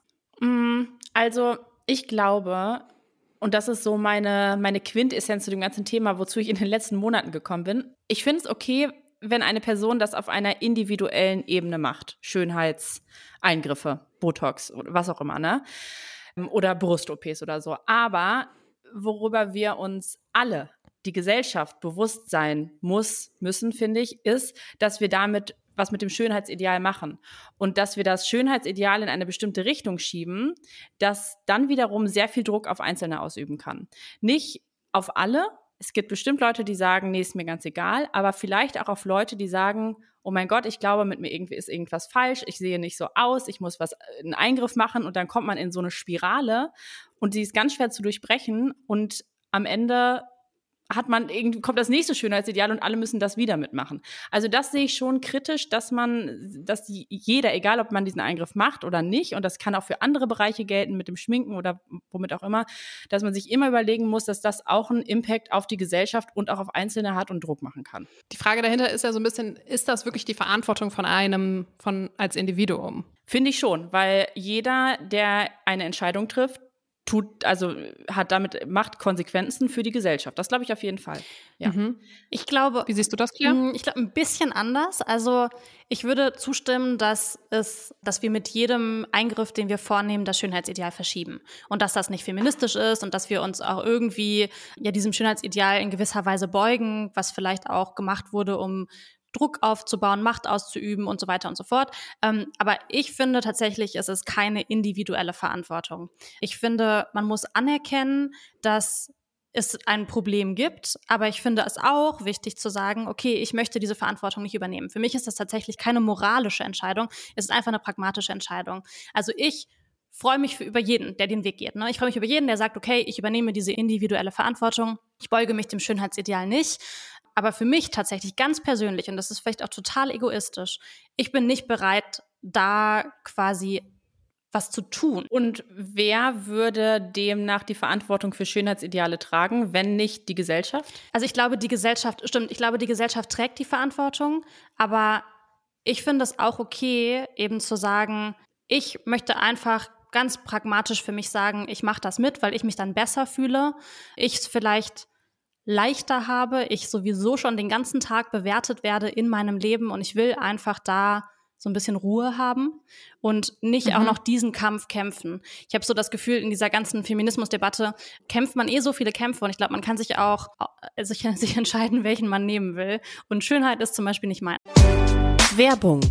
[SPEAKER 1] Also ich glaube, und das ist so meine, meine Quintessenz zu dem ganzen Thema, wozu ich in den letzten Monaten gekommen bin. Ich finde es okay, wenn eine Person das auf einer individuellen Ebene macht. Schönheitseingriffe, Botox oder was auch immer, ne? Oder Brust-O Ps oder so. Aber worüber wir uns alle, die Gesellschaft, bewusst sein muss, müssen, finde ich, ist, dass wir damit was mit dem Schönheitsideal machen und dass wir das Schönheitsideal in eine bestimmte Richtung schieben, das dann wiederum sehr viel Druck auf Einzelne ausüben kann. Nicht auf alle. Es gibt bestimmt Leute, die sagen, nee, ist mir ganz egal, aber vielleicht auch auf Leute, die sagen, oh mein Gott, ich glaube, mit mir irgendwie ist irgendwas falsch, ich sehe nicht so aus, ich muss was, einen Eingriff machen und dann kommt man in so eine Spirale und die ist ganz schwer zu durchbrechen und am Ende hat man irgendwie, kommt das nächste Schönheitsideal und alle müssen das wieder mitmachen. Also das sehe ich schon kritisch, dass man, dass jeder, egal ob man diesen Eingriff macht oder nicht, und das kann auch für andere Bereiche gelten, mit dem Schminken oder womit auch immer, dass man sich immer überlegen muss, dass das auch einen Impact auf die Gesellschaft und auch auf Einzelne hat und Druck machen kann.
[SPEAKER 2] Die Frage dahinter ist ja so ein bisschen, ist das wirklich die Verantwortung von einem, von als Individuum?
[SPEAKER 1] Finde ich schon, weil jeder, der eine Entscheidung trifft, tut, also hat damit, macht Konsequenzen für die Gesellschaft. Das glaube ich auf jeden Fall. Ja.
[SPEAKER 2] Mhm.
[SPEAKER 3] Ich glaube,
[SPEAKER 2] Wie siehst du das, Claire?
[SPEAKER 3] Ich glaube, ein bisschen anders. Also ich würde zustimmen, dass es, dass wir mit jedem Eingriff, den wir vornehmen, das Schönheitsideal verschieben. Und dass das nicht feministisch ist und dass wir uns auch irgendwie ja diesem Schönheitsideal in gewisser Weise beugen, was vielleicht auch gemacht wurde, um Druck aufzubauen, Macht auszuüben und so weiter und so fort. Ähm, aber ich finde tatsächlich, es ist keine individuelle Verantwortung. Ich finde, man muss anerkennen, dass es ein Problem gibt, aber ich finde es auch wichtig zu sagen, okay, ich möchte diese Verantwortung nicht übernehmen. Für mich ist das tatsächlich keine moralische Entscheidung, es ist einfach eine pragmatische Entscheidung. Also ich freue mich für, über jeden, der den Weg geht. Ne? Ich freue mich über jeden, der sagt, okay, ich übernehme diese individuelle Verantwortung, ich beuge mich dem Schönheitsideal nicht. Aber für mich tatsächlich ganz persönlich, und das ist vielleicht auch total egoistisch, ich bin nicht bereit, da quasi was zu tun.
[SPEAKER 1] Und wer würde demnach die Verantwortung für Schönheitsideale tragen, wenn nicht die Gesellschaft?
[SPEAKER 3] Also ich glaube, die Gesellschaft, stimmt, ich glaube, die Gesellschaft trägt die Verantwortung, aber ich finde es auch okay, eben zu sagen, ich möchte einfach ganz pragmatisch für mich sagen, ich mache das mit, weil ich mich dann besser fühle, ich es vielleicht leichter habe, ich sowieso schon den ganzen Tag bewertet werde in meinem Leben und ich will einfach da so ein bisschen Ruhe haben und nicht mhm. auch noch diesen Kampf kämpfen. Ich habe so das Gefühl, in dieser ganzen Feminismusdebatte kämpft man eh so viele Kämpfe und ich glaube, man kann sich auch sich, sich entscheiden, welchen man nehmen will. Und Schönheit ist zum Beispiel nicht mein.
[SPEAKER 4] Werbung.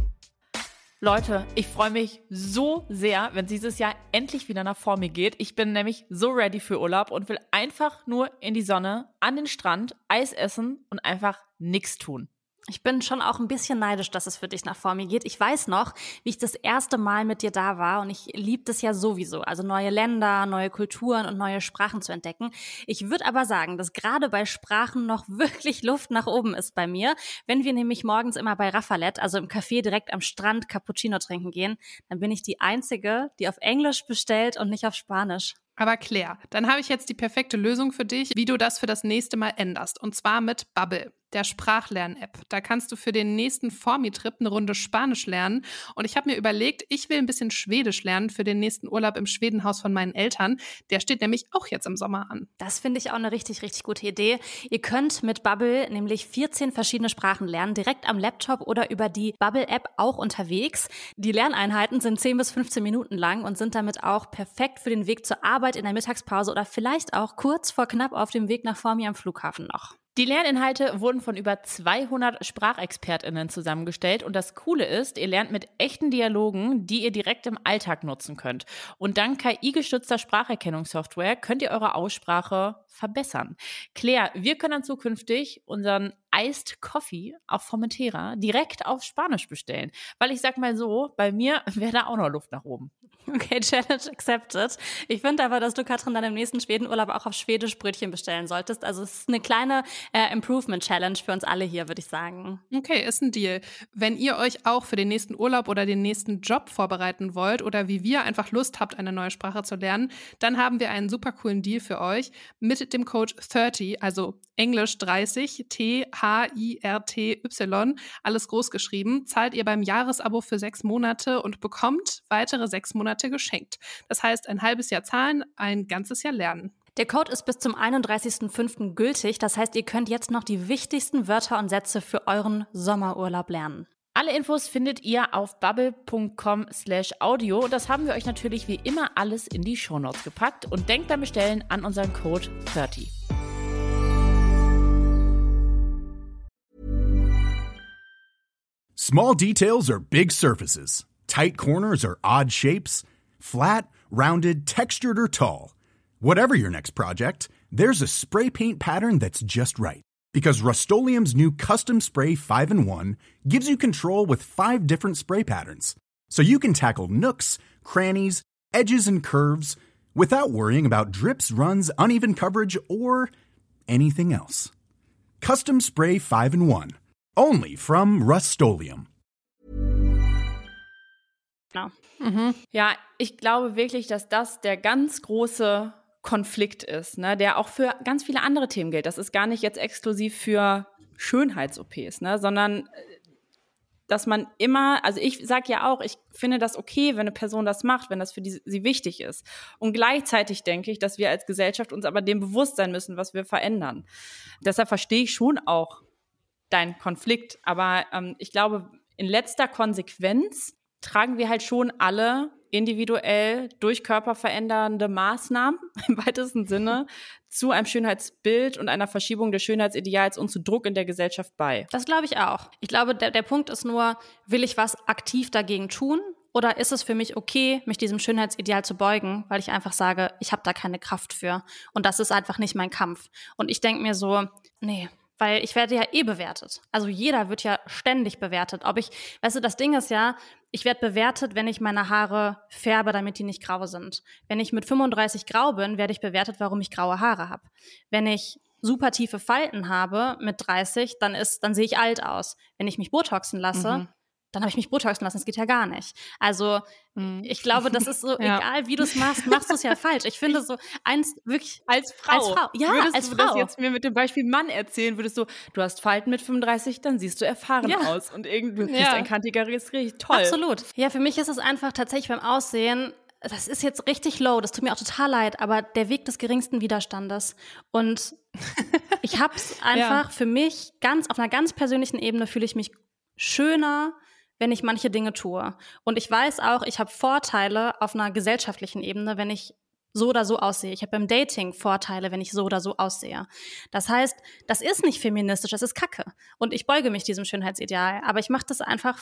[SPEAKER 4] Leute, ich freue mich so sehr, wenn dieses Jahr endlich wieder nach vor mir geht. Ich bin nämlich so ready für Urlaub und will einfach nur in die Sonne, an den Strand, Eis essen und einfach nichts tun.
[SPEAKER 3] Ich bin schon auch ein bisschen neidisch, dass es für dich nach vor mir geht. Ich weiß noch, wie ich das erste Mal mit dir da war und ich liebe das ja sowieso, also neue Länder, neue Kulturen und neue Sprachen zu entdecken. Ich würde aber sagen, dass gerade bei Sprachen noch wirklich Luft nach oben ist bei mir. Wenn wir nämlich morgens immer bei Raffalet, also im Café direkt am Strand, Cappuccino trinken gehen, dann bin ich die Einzige, die auf Englisch bestellt und nicht auf Spanisch.
[SPEAKER 2] Aber Claire, dann habe ich jetzt die perfekte Lösung für dich, wie du das für das nächste Mal änderst. Und zwar mit Bubble, der Sprachlern-App. Da kannst du für den nächsten Formi-Trip eine Runde Spanisch lernen. Und ich habe mir überlegt, ich will ein bisschen Schwedisch lernen für den nächsten Urlaub im Schwedenhaus von meinen Eltern. Der steht nämlich auch jetzt im Sommer an.
[SPEAKER 3] Das finde ich auch eine richtig, richtig gute Idee. Ihr könnt mit Bubble nämlich vierzehn verschiedene Sprachen lernen, direkt am Laptop oder über die Bubble-App auch unterwegs. Die Lerneinheiten sind zehn bis fünfzehn Minuten lang und sind damit auch perfekt für den Weg zur Arbeit in der Mittagspause oder vielleicht auch kurz vor knapp auf dem Weg nach Formi am Flughafen noch.
[SPEAKER 4] Die Lerninhalte wurden von über zweihundert SprachexpertInnen zusammengestellt und das Coole ist, ihr lernt mit echten Dialogen, die ihr direkt im Alltag nutzen könnt. Und dank K I-gestützter Spracherkennungssoftware könnt ihr eure Aussprache verbessern. Claire, wir können dann zukünftig unseren Iced Coffee auf Formentera direkt auf Spanisch bestellen. Weil ich sag mal so, bei mir wäre da auch noch Luft nach oben.
[SPEAKER 3] Okay, Challenge accepted. Ich finde aber, dass du, Katrin, dann im nächsten Schwedenurlaub auch auf Schwedisch Brötchen bestellen solltest. Also es ist eine kleine äh, Improvement-Challenge für uns alle hier, würde ich sagen.
[SPEAKER 2] Okay, ist ein Deal. Wenn ihr euch auch für den nächsten Urlaub oder den nächsten Job vorbereiten wollt oder wie wir einfach Lust habt, eine neue Sprache zu lernen, dann haben wir einen super coolen Deal für euch mit dem Code dreißig, also Englisch dreißig, T H I R T Y, alles groß geschrieben, zahlt ihr beim Jahresabo für sechs Monate und bekommt weitere sechs Monate geschenkt. Das heißt, ein halbes Jahr zahlen, ein ganzes Jahr lernen.
[SPEAKER 3] Der Code ist bis zum einunddreißigsten fünften gültig. Das heißt, ihr könnt jetzt noch die wichtigsten Wörter und Sätze für euren Sommerurlaub lernen.
[SPEAKER 4] Alle Infos findet ihr auf bubble punkt com slash audio. Das haben wir euch natürlich wie immer alles in die Shownotes gepackt. Und denkt beim Bestellen an unseren Code dreißig.
[SPEAKER 5] Small details are big surfaces. Tight corners are odd shapes. Flat, rounded, textured, or tall. Whatever your next project, there's a spray paint pattern that's just right. Because Rust-Oleum's new Custom Spray five in one gives you control with five different spray patterns. So you can tackle nooks, crannies, edges, and curves without worrying about drips, runs, uneven coverage, or anything else. Custom Spray five in one. Only from Rust-Oleum.
[SPEAKER 3] Genau.
[SPEAKER 1] Mhm. Ja, ich glaube wirklich, dass das der ganz große Konflikt ist, ne, der auch für ganz viele andere Themen gilt. Das ist gar nicht jetzt exklusiv für Schönheits-O Ps, ne, sondern dass man immer, also ich sage ja auch, ich finde das okay, wenn eine Person das macht, wenn das für die, sie wichtig ist. Und gleichzeitig denke ich, dass wir als Gesellschaft uns aber dem bewusst sein müssen, was wir verändern. Deshalb verstehe ich schon auch deinen Konflikt. Aber ähm, ich glaube, in letzter Konsequenz tragen wir halt schon alle individuell durch körperverändernde Maßnahmen im weitesten Sinne zu einem Schönheitsbild und einer Verschiebung des Schönheitsideals und zu Druck in der Gesellschaft bei.
[SPEAKER 3] Das glaube ich auch. Ich glaube, der, der Punkt ist nur, will ich was aktiv dagegen tun? Oder ist es für mich okay, mich diesem Schönheitsideal zu beugen, weil ich einfach sage, ich habe da keine Kraft für. Und das ist einfach nicht mein Kampf. Und ich denke mir so, nee, weil ich werde ja eh bewertet. Also jeder wird ja ständig bewertet. Ob ich, weißt du, das Ding ist ja, ich werde bewertet, wenn ich meine Haare färbe, damit die nicht grau sind. Wenn ich mit fünfunddreißig grau bin, werde ich bewertet, warum ich graue Haare habe. Wenn ich super tiefe Falten habe mit dreißig, dann ist, dann sehe ich alt aus. Wenn ich mich botoxen lasse, mhm. dann habe ich mich botoxen lassen. Das geht ja gar nicht. Also mhm. ich glaube, das ist so, ja. egal wie du es machst, machst du es ja falsch. Ich finde so, eins wirklich
[SPEAKER 1] als Frau.
[SPEAKER 3] Als Frau. Ja,
[SPEAKER 1] würdest
[SPEAKER 3] als
[SPEAKER 1] du
[SPEAKER 3] Frau.
[SPEAKER 1] das jetzt mir mit dem Beispiel Mann erzählen, würdest du, du hast Falten mit fünfunddreißig, dann siehst du erfahren
[SPEAKER 3] ja.
[SPEAKER 1] aus. Und irgendwie bist
[SPEAKER 3] ja.
[SPEAKER 1] ein kantigeres Gericht. Toll.
[SPEAKER 3] Absolut. Ja, für mich ist es einfach tatsächlich beim Aussehen, das ist jetzt richtig low, das tut mir auch total leid, aber der Weg des geringsten Widerstandes. Und ich hab's einfach ja. für mich ganz, auf einer ganz persönlichen Ebene fühle ich mich schöner, wenn ich manche Dinge tue. Und ich weiß auch, ich habe Vorteile auf einer gesellschaftlichen Ebene, wenn ich so oder so aussehe. Ich habe beim Dating Vorteile, wenn ich so oder so aussehe. Das heißt, das ist nicht feministisch, das ist Kacke. Und ich beuge mich diesem Schönheitsideal. Aber ich mache das einfach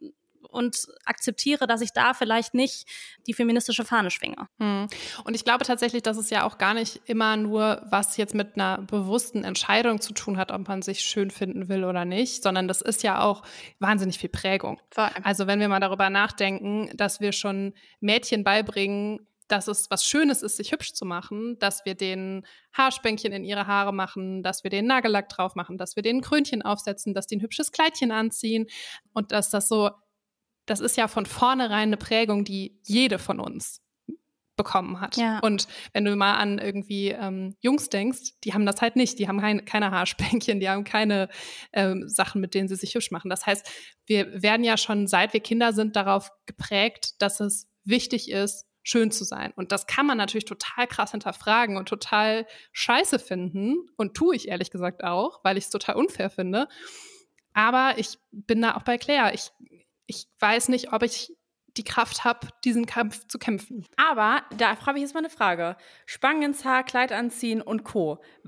[SPEAKER 3] und akzeptiere, dass ich da vielleicht nicht die feministische Fahne schwinge.
[SPEAKER 2] Hm. Und ich glaube tatsächlich, dass es ja auch gar nicht immer nur was jetzt mit einer bewussten Entscheidung zu tun hat, ob man sich schön finden will oder nicht, sondern das ist ja auch wahnsinnig viel Prägung. Also wenn wir mal darüber nachdenken, dass wir schon Mädchen beibringen, dass es was Schönes ist, sich hübsch zu machen, dass wir denen Haarspänkchen in ihre Haare machen, dass wir denen Nagellack drauf machen, dass wir denen Krönchen aufsetzen, dass die ein hübsches Kleidchen anziehen und dass das so, das ist ja von vornherein eine Prägung, die jede von uns bekommen hat.
[SPEAKER 3] Ja.
[SPEAKER 2] Und wenn du mal an irgendwie ähm, Jungs denkst, die haben das halt nicht, die haben kein, keine Haarspänkchen, die haben keine ähm, Sachen, mit denen sie sich hübsch machen. Das heißt, wir werden ja schon, seit wir Kinder sind, darauf geprägt, dass es wichtig ist, schön zu sein. Und das kann man natürlich total krass hinterfragen und total scheiße finden. Und tue ich ehrlich gesagt auch, weil ich es total unfair finde. Aber ich bin da auch bei Claire. Ich, ich weiß nicht, ob ich die Kraft habe, diesen Kampf zu kämpfen.
[SPEAKER 1] Aber da habe ich jetzt mal eine Frage. Spangen ins Haar, Kleid anziehen und Co.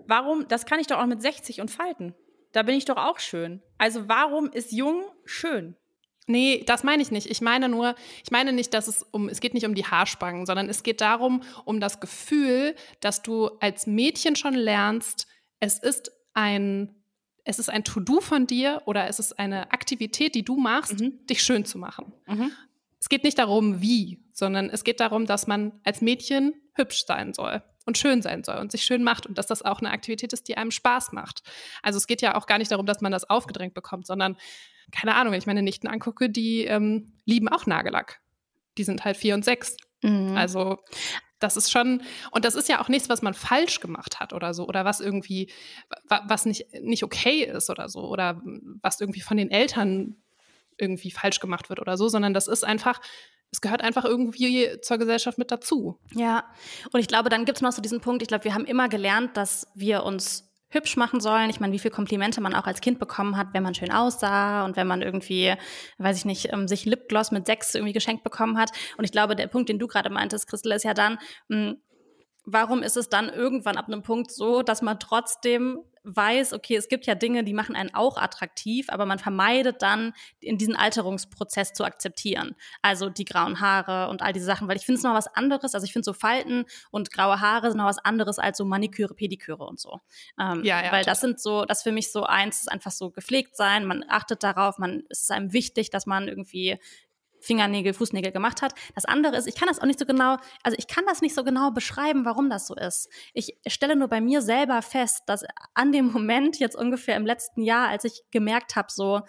[SPEAKER 1] warum, das kann ich doch auch mit sechzig und falten. Da bin ich doch auch schön. Also warum ist jung schön?
[SPEAKER 2] Nee, das meine ich nicht. Ich meine nur, ich meine nicht, dass es um, es geht nicht um die Haarspangen, sondern es geht darum, um das Gefühl, dass du als Mädchen schon lernst, es ist ein, es ist ein To-Do von dir oder es ist eine Aktivität, die du machst, mhm. dich schön zu machen. Mhm. Es geht nicht darum, wie, sondern es geht darum, dass man als Mädchen hübsch sein soll und schön sein soll und sich schön macht und dass das auch eine Aktivität ist, die einem Spaß macht. Also es geht ja auch gar nicht darum, dass man das aufgedrängt bekommt, sondern keine Ahnung, wenn ich meine Nichten angucke, die ähm, lieben auch Nagellack. Die sind halt vier und sechs. Mhm. Also das ist schon, und das ist ja auch nichts, was man falsch gemacht hat oder so, oder was irgendwie, was nicht, nicht okay ist oder so, oder was irgendwie von den Eltern irgendwie falsch gemacht wird oder so, sondern das ist einfach, es gehört einfach irgendwie zur Gesellschaft mit dazu.
[SPEAKER 3] Ja, und ich glaube, dann gibt es noch so diesen Punkt, ich glaube, wir haben immer gelernt, dass wir uns hübsch machen sollen. Ich meine, wie viele Komplimente man auch als Kind bekommen hat, wenn man schön aussah und wenn man irgendwie, weiß ich nicht, sich Lipgloss mit sechs irgendwie geschenkt bekommen hat. Und ich glaube, der Punkt, den du gerade meintest, Christel, ist ja dann, mh, warum ist es dann irgendwann ab einem Punkt so, dass man trotzdem weiß, okay, es gibt ja Dinge, die machen einen auch attraktiv, aber man vermeidet dann, in diesen Alterungsprozess zu akzeptieren. Also die grauen Haare und all diese Sachen, weil ich finde es noch was anderes, also ich finde so Falten und graue Haare sind noch was anderes als so Maniküre, Pediküre und so. Ähm, ja, ja, weil das sind so, das für mich so eins ist einfach so gepflegt sein, man achtet darauf, man, es ist einem wichtig, dass man irgendwie Fingernägel, Fußnägel gemacht hat. Das andere ist, ich kann das auch nicht so genau, also ich kann das nicht so genau beschreiben, warum das so ist. Ich stelle nur bei mir selber fest, dass an dem Moment jetzt ungefähr im letzten Jahr, als ich gemerkt habe, so,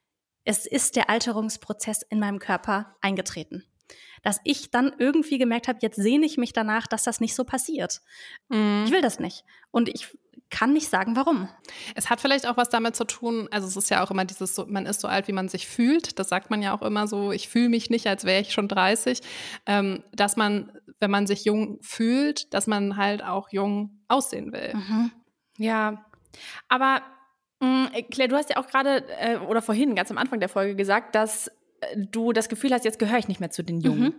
[SPEAKER 3] es ist der Alterungsprozess in meinem Körper eingetreten. Dass ich dann irgendwie gemerkt habe, jetzt sehne ich mich danach, dass das nicht so passiert. Mhm. Ich will das nicht. Und ich kann nicht sagen, warum.
[SPEAKER 2] Es hat vielleicht auch was damit zu tun, also es ist ja auch immer dieses, so, man ist so alt, wie man sich fühlt. Das sagt man ja auch immer so, ich fühle mich nicht, als wäre ich schon dreißig. Ähm, dass man, wenn man sich jung fühlt, dass man halt auch jung aussehen will.
[SPEAKER 1] Mhm. Ja, aber mh, Claire, du hast ja auch gerade äh, oder vorhin ganz am Anfang der Folge gesagt, dass äh, du das Gefühl hast, jetzt gehöre ich nicht mehr zu den Jungen. Mhm.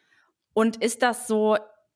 [SPEAKER 1] Und ist das so,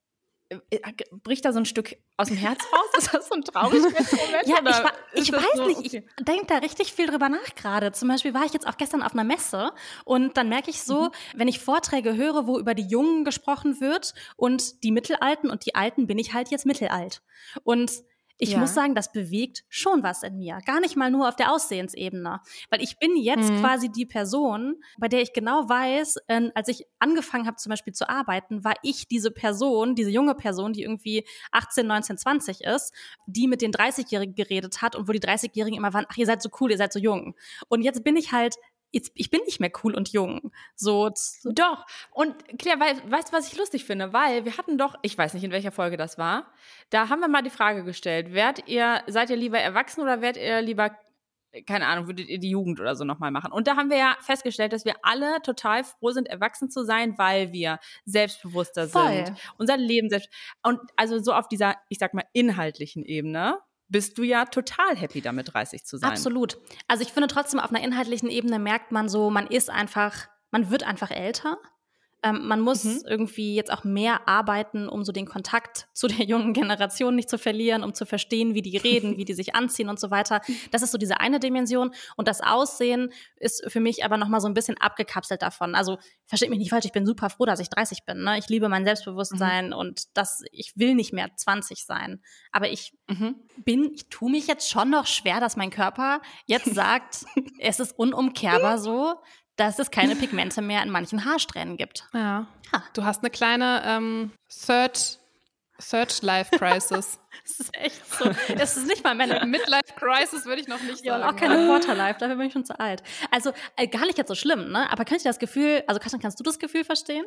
[SPEAKER 1] bricht da so ein Stück aus dem Herz raus? Ist das so ein Traurigkeitsmoment?
[SPEAKER 3] Ja, ich, war, ich weiß so, nicht, okay. Ich denke da richtig viel drüber nach gerade. Zum Beispiel war ich jetzt auch gestern auf einer Messe und dann merke ich so, mhm. wenn ich Vorträge höre, wo über die Jungen gesprochen wird und die Mittelalten und die Alten, bin ich halt jetzt mittelalt. Und ich ja. muss sagen, das bewegt schon was in mir. Gar nicht mal nur auf der Aussehensebene. Weil ich bin jetzt mhm. quasi die Person, bei der ich genau weiß, äh, als ich angefangen habe zum Beispiel zu arbeiten, war ich diese Person, diese junge Person, die irgendwie achtzehn, neunzehn, zwanzig ist, die mit den dreißigjährigen geredet hat und wo die dreißigjährigen immer waren, ach, ihr seid so cool, ihr seid so jung. Und jetzt bin ich halt Jetzt, ich bin nicht mehr cool und jung. So,
[SPEAKER 1] doch. Und Claire, weil, weißt du, was ich lustig finde? Weil wir hatten doch, ich weiß nicht, in welcher Folge das war, da haben wir mal die Frage gestellt, werdet ihr, seid ihr lieber erwachsen oder werdet ihr lieber, keine Ahnung, würdet ihr die Jugend oder so nochmal machen? Und da haben wir ja festgestellt, dass wir alle total froh sind, erwachsen zu sein, weil wir selbstbewusster Voll. sind. Unser Leben selbst. Und also so auf dieser, ich sag mal, inhaltlichen Ebene bist du ja total happy damit, dreißig zu sein.
[SPEAKER 3] Absolut. Also ich finde trotzdem, auf einer inhaltlichen Ebene merkt man so, man ist einfach, man wird einfach älter. Ähm, man muss mhm. irgendwie jetzt auch mehr arbeiten, um so den Kontakt zu der jungen Generation nicht zu verlieren, um zu verstehen, wie die reden, wie die sich anziehen und so weiter. Das ist so diese eine Dimension. Und das Aussehen ist für mich aber nochmal so ein bisschen abgekapselt davon. Also versteht mich nicht falsch, ich bin super froh, dass ich dreißig bin. Ne? Ich liebe mein Selbstbewusstsein mhm. und das, ich will nicht mehr zwanzig sein. Aber ich mhm. bin, ich tue mich jetzt schon noch schwer, dass mein Körper jetzt sagt, es ist unumkehrbar so, dass es keine Pigmente mehr in manchen Haarsträhnen gibt.
[SPEAKER 2] Ja. ja. Du hast eine kleine ähm, Third, Third Life Crisis.
[SPEAKER 3] Das ist echt so. Das ist nicht mal meine
[SPEAKER 2] Midlife Crisis, würde ich noch nicht
[SPEAKER 3] ja,
[SPEAKER 2] sagen.
[SPEAKER 3] Und auch keine Quarterlife, dafür bin ich schon zu alt. Also äh, gar nicht jetzt so schlimm, ne? Aber könnt ihr das Gefühl, also Katrin, kannst du das Gefühl verstehen?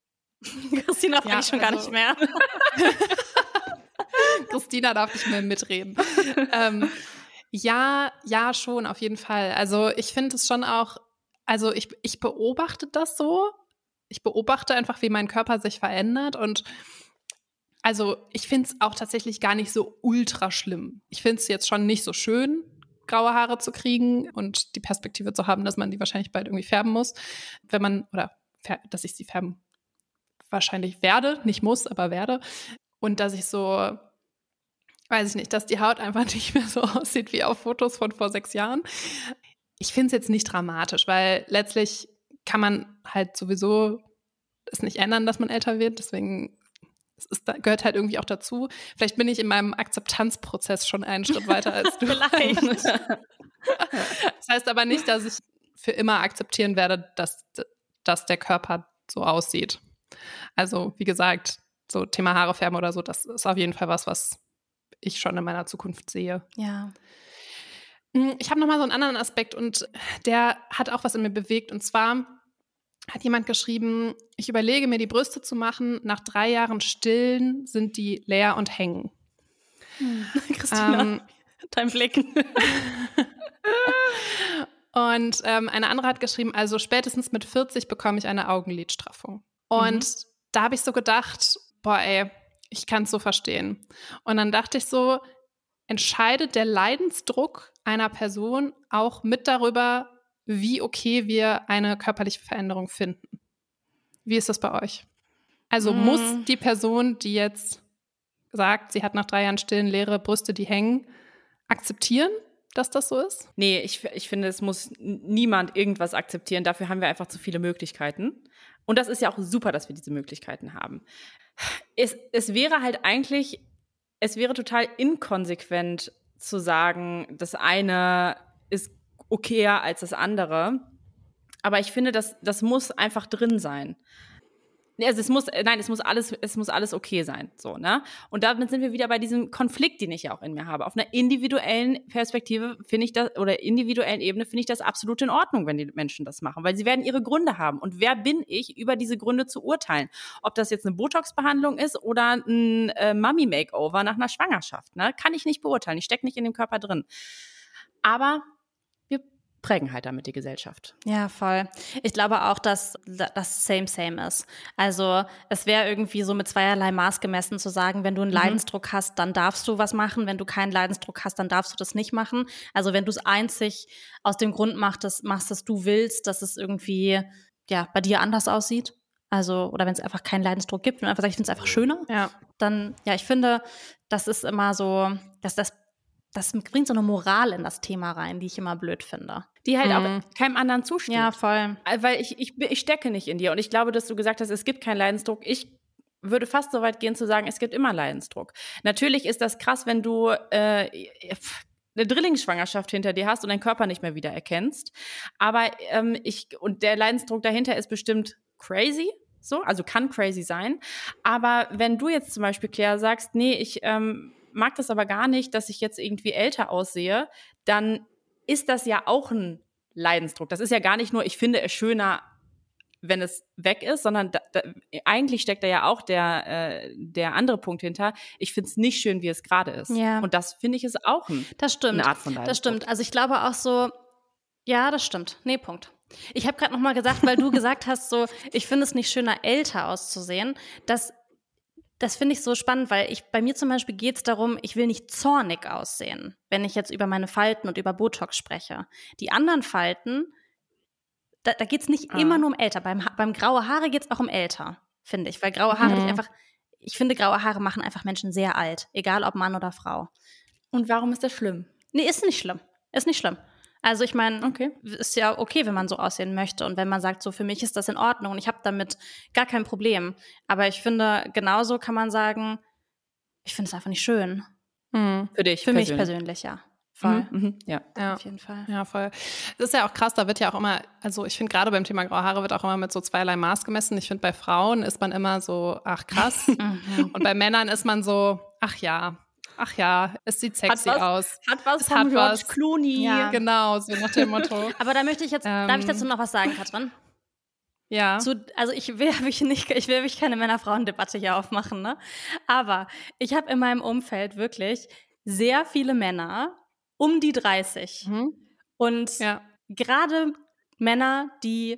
[SPEAKER 3] Christina frage ja, ich schon also, gar nicht mehr.
[SPEAKER 2] Christina darf nicht mehr mitreden. ähm, ja, ja, schon, auf jeden Fall. Also ich finde es schon auch, also ich, ich beobachte das so. Ich beobachte einfach, wie mein Körper sich verändert und also ich finde es auch tatsächlich gar nicht so ultra schlimm. Ich finde es jetzt schon nicht so schön, graue Haare zu kriegen und die Perspektive zu haben, dass man die wahrscheinlich bald irgendwie färben muss, wenn man, oder dass ich sie färben wahrscheinlich werde, nicht muss, aber werde. Und dass ich so weiß ich nicht, dass die Haut einfach nicht mehr so aussieht wie auf Fotos von vor sechs Jahren. Ich finde es jetzt nicht dramatisch, weil letztlich kann man halt sowieso es nicht ändern, dass man älter wird. Deswegen es ist, gehört halt irgendwie auch dazu. Vielleicht bin ich in meinem Akzeptanzprozess schon einen Schritt weiter als du.
[SPEAKER 1] Vielleicht.
[SPEAKER 2] Das heißt aber nicht, dass ich für immer akzeptieren werde, dass, dass der Körper so aussieht. Also wie gesagt, so Thema Haare färben oder so, das ist auf jeden Fall was, was ich schon in meiner Zukunft sehe.
[SPEAKER 3] Ja.
[SPEAKER 2] Ich habe nochmal so einen anderen Aspekt und der hat auch was in mir bewegt. Und zwar hat jemand geschrieben, ich überlege mir die Brüste zu machen, nach drei Jahren Stillen sind die leer und hängen.
[SPEAKER 3] Hm. Christina,
[SPEAKER 2] ähm,
[SPEAKER 3] dein Blick.
[SPEAKER 2] Und ähm, eine andere hat geschrieben, also spätestens mit vierzig bekomme ich eine Augenlidstraffung. Und mhm. da habe ich so gedacht, boah ey, ich kann es so verstehen. Und dann dachte ich so, entscheidet der Leidensdruck einer Person auch mit darüber, wie okay wir eine körperliche Veränderung finden? Wie ist das bei euch? Also mm. muss die Person, die jetzt sagt, sie hat nach drei Jahren Stillen leere Brüste, die hängen, akzeptieren, dass das so ist?
[SPEAKER 1] Nee, ich, ich finde, es muss niemand irgendwas akzeptieren. Dafür haben wir einfach zu viele Möglichkeiten. Und das ist ja auch super, dass wir diese Möglichkeiten haben. Es, es wäre halt eigentlich, es wäre total inkonsequent zu sagen, das eine ist okayer als das andere. Aber ich finde, das, das muss einfach drin sein. Also es muss, nein, es muss alles, es muss alles okay sein, so, ne? Und damit sind wir wieder bei diesem Konflikt, den ich ja auch in mir habe. Auf einer individuellen Perspektive finde ich das, oder individuellen Ebene finde ich das absolut in Ordnung, wenn die Menschen das machen, weil sie werden ihre Gründe haben. Und wer bin ich, über diese Gründe zu urteilen? Ob das jetzt eine Botox-Behandlung ist oder ein äh, Mummy-Makeover nach einer Schwangerschaft, ne? Kann ich nicht beurteilen. Ich stecke nicht in dem Körper drin. Aber prägen halt damit die Gesellschaft.
[SPEAKER 3] Ja, voll. Ich glaube auch, dass das same, same ist. Also es wäre irgendwie so mit zweierlei Maß gemessen zu sagen, wenn du einen mhm. Leidensdruck hast, dann darfst du was machen. Wenn du keinen Leidensdruck hast, dann darfst du das nicht machen. Also wenn du es einzig aus dem Grund machst, dass, machst, dass du willst, dass es irgendwie ja bei dir anders aussieht. Also, oder wenn es einfach keinen Leidensdruck gibt und einfach sagst, ich finde es einfach schöner,
[SPEAKER 2] ja.
[SPEAKER 3] dann, ja, ich finde, das ist immer so, dass das Das bringt so eine Moral in das Thema rein, die ich immer blöd finde.
[SPEAKER 1] Die halt
[SPEAKER 2] mhm.
[SPEAKER 1] auch keinem anderen zusteht.
[SPEAKER 3] Ja, voll.
[SPEAKER 1] Weil ich, ich, ich stecke nicht in dir. Und ich glaube, dass du gesagt hast, es gibt keinen Leidensdruck. Ich würde fast so weit gehen zu sagen, es gibt immer Leidensdruck. Natürlich ist das krass, wenn du äh, eine Drillingsschwangerschaft hinter dir hast und deinen Körper nicht mehr wiedererkennst. Aber ähm, ich, und der Leidensdruck dahinter ist bestimmt crazy. So, also kann crazy sein. Aber wenn du jetzt zum Beispiel, Claire, sagst, nee, ich ähm, mag das aber gar nicht, dass ich jetzt irgendwie älter aussehe, dann ist das ja auch ein Leidensdruck. Das ist ja gar nicht nur, ich finde es schöner, wenn es weg ist, sondern da, da, eigentlich steckt da ja auch der, äh, der andere Punkt hinter. Ich finde es nicht schön, wie es gerade ist.
[SPEAKER 3] Ja.
[SPEAKER 1] Und das finde ich ist auch ein,
[SPEAKER 3] das stimmt.
[SPEAKER 1] eine Art von Leidensdruck.
[SPEAKER 3] Das stimmt. Also ich glaube auch so, ja, das stimmt. Nee, Punkt. Ich habe gerade noch mal gesagt, weil du gesagt hast, so, ich finde es nicht schöner, älter auszusehen, dass Das finde ich so spannend, weil ich bei mir zum Beispiel geht es darum, ich will nicht zornig aussehen, wenn ich jetzt über meine Falten und über Botox spreche. Die anderen Falten, da, da geht es nicht ah. immer nur um älter. Beim, beim graue Haare geht es auch um älter, finde ich. Weil graue Haare, mhm. ich einfach, ich finde, graue Haare machen einfach Menschen sehr alt, egal ob Mann oder Frau.
[SPEAKER 1] Und warum ist das schlimm?
[SPEAKER 3] Nee, ist nicht schlimm. Ist nicht schlimm. Also ich meine,
[SPEAKER 1] okay.
[SPEAKER 3] ist ja okay, wenn man so aussehen möchte und wenn man sagt, so für mich ist das in Ordnung und ich habe damit gar kein Problem. Aber ich finde, genauso kann man sagen, ich finde es einfach nicht schön.
[SPEAKER 1] Mhm. Für dich
[SPEAKER 3] Für
[SPEAKER 1] persönlich.
[SPEAKER 3] mich persönlich, ja. Voll.
[SPEAKER 1] Mhm, mhm, ja.
[SPEAKER 3] ja, auf jeden Fall.
[SPEAKER 2] Ja, voll. Das ist ja auch krass, da wird ja auch immer, also ich finde gerade beim Thema graue Haare wird auch immer mit so zweierlei Maß gemessen. Ich finde, bei Frauen ist man immer so, ach krass. Und bei Männern ist man so, ach ja. Ach ja, es sieht sexy
[SPEAKER 1] hat was,
[SPEAKER 2] aus.
[SPEAKER 1] Hat was
[SPEAKER 2] es
[SPEAKER 1] von
[SPEAKER 2] hat
[SPEAKER 1] George
[SPEAKER 2] was.
[SPEAKER 1] Clooney.
[SPEAKER 2] Ja. Genau, so nach dem Motto.
[SPEAKER 3] Aber da möchte ich jetzt,
[SPEAKER 2] ähm,
[SPEAKER 3] darf ich dazu noch was sagen, Katrin?
[SPEAKER 2] Ja.
[SPEAKER 3] Zu, also ich will mich nicht, ich will mich keine Männer-Frauen-Debatte hier aufmachen, ne? Aber ich habe in meinem Umfeld wirklich sehr viele Männer um die dreißig.
[SPEAKER 2] Mhm.
[SPEAKER 3] Und
[SPEAKER 2] ja.
[SPEAKER 3] gerade Männer, die,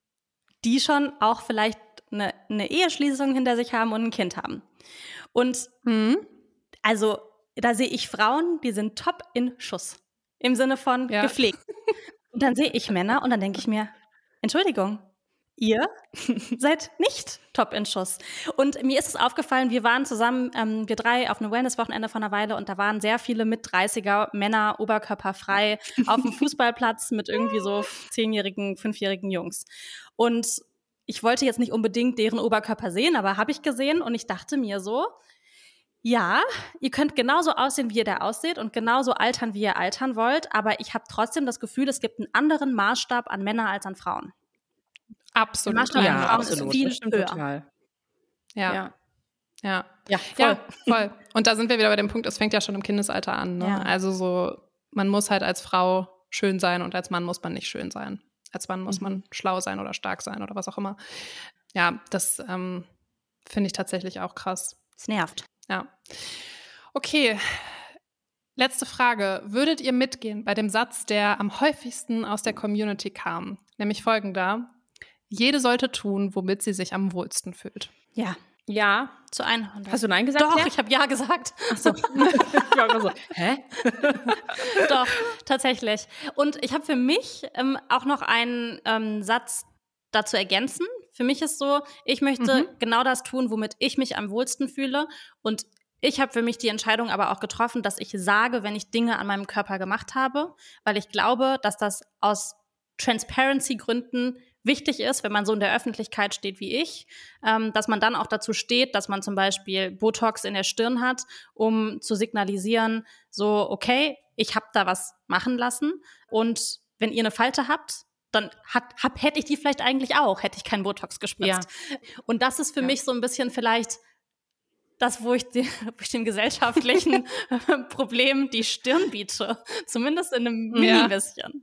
[SPEAKER 3] die schon auch vielleicht eine, eine Eheschließung hinter sich haben und ein Kind haben. Und
[SPEAKER 2] mhm.
[SPEAKER 3] also da sehe ich Frauen, die sind top in Schuss. Im Sinne von
[SPEAKER 2] ja.
[SPEAKER 3] gepflegt. Und dann sehe ich Männer und dann denke ich mir, Entschuldigung, Ihr seid nicht top in Schuss. Und mir ist es aufgefallen, wir waren zusammen, ähm, wir drei, auf einem Wellness-Wochenende vor einer Weile und da waren sehr viele mit dreißiger Männer oberkörperfrei auf dem Fußballplatz mit irgendwie so zehnjährigen, fünfjährigen Jungs. Und ich wollte jetzt nicht unbedingt deren Oberkörper sehen, aber habe ich gesehen und ich dachte mir so, ja, ihr könnt genauso aussehen, wie ihr da ausseht und genauso altern, wie ihr altern wollt, aber ich habe trotzdem das Gefühl, es gibt einen anderen Maßstab an Männer als an Frauen.
[SPEAKER 2] Absolut.
[SPEAKER 3] Der Maßstab
[SPEAKER 1] Ja,
[SPEAKER 3] an Frauen
[SPEAKER 1] absolut.
[SPEAKER 3] ist viel
[SPEAKER 1] Das stimmt
[SPEAKER 3] höher.
[SPEAKER 1] total.
[SPEAKER 2] Ja.
[SPEAKER 1] Ja.
[SPEAKER 2] Ja.
[SPEAKER 1] Ja, voll.
[SPEAKER 2] Ja, voll. Und da sind wir wieder bei dem Punkt, es fängt ja schon im Kindesalter an. Ne?
[SPEAKER 3] Ja.
[SPEAKER 2] Also so, man muss halt als Frau schön sein und als Mann muss man nicht schön sein. Als Mann muss
[SPEAKER 1] Mhm.
[SPEAKER 2] man schlau sein oder stark sein oder was auch immer. Ja, das ähm, finde ich tatsächlich auch krass.
[SPEAKER 3] Es nervt.
[SPEAKER 2] Ja. Okay. Letzte Frage. Würdet ihr mitgehen bei dem Satz, der am häufigsten aus der Community kam? Nämlich folgender. Jede sollte tun, womit sie sich am wohlsten fühlt.
[SPEAKER 3] Ja,
[SPEAKER 1] Ja.
[SPEAKER 3] zu hundert.
[SPEAKER 1] Hast du Nein gesagt?
[SPEAKER 3] Doch,
[SPEAKER 1] Claire?
[SPEAKER 3] ich habe Ja gesagt.
[SPEAKER 1] Ach so. Ich war gerade so, hä?
[SPEAKER 3] Doch, tatsächlich. Und ich habe für mich ähm, auch noch einen ähm, Satz dazu ergänzen. Für mich ist so, ich möchte
[SPEAKER 2] Mhm.
[SPEAKER 3] genau das tun, womit ich mich am wohlsten fühle. Und ich habe für mich die Entscheidung aber auch getroffen, dass ich sage, wenn ich Dinge an meinem Körper gemacht habe, weil ich glaube, dass das aus Transparency-Gründen wichtig ist, wenn man so in der Öffentlichkeit steht wie ich, ähm, dass man dann auch dazu steht, dass man zum Beispiel Botox in der Stirn hat, um zu signalisieren, so, okay, ich habe da was machen lassen und wenn ihr eine Falte habt, dann hat, hab, hätte ich die vielleicht eigentlich auch, hätte ich keinen Botox gespritzt. Ja. Und das ist für
[SPEAKER 1] Ja.
[SPEAKER 3] mich so ein bisschen vielleicht das, wo ich, die, wo ich dem gesellschaftlichen Problem die Stirn biete. Zumindest in einem
[SPEAKER 2] Ja.
[SPEAKER 3] Mini-bisschen.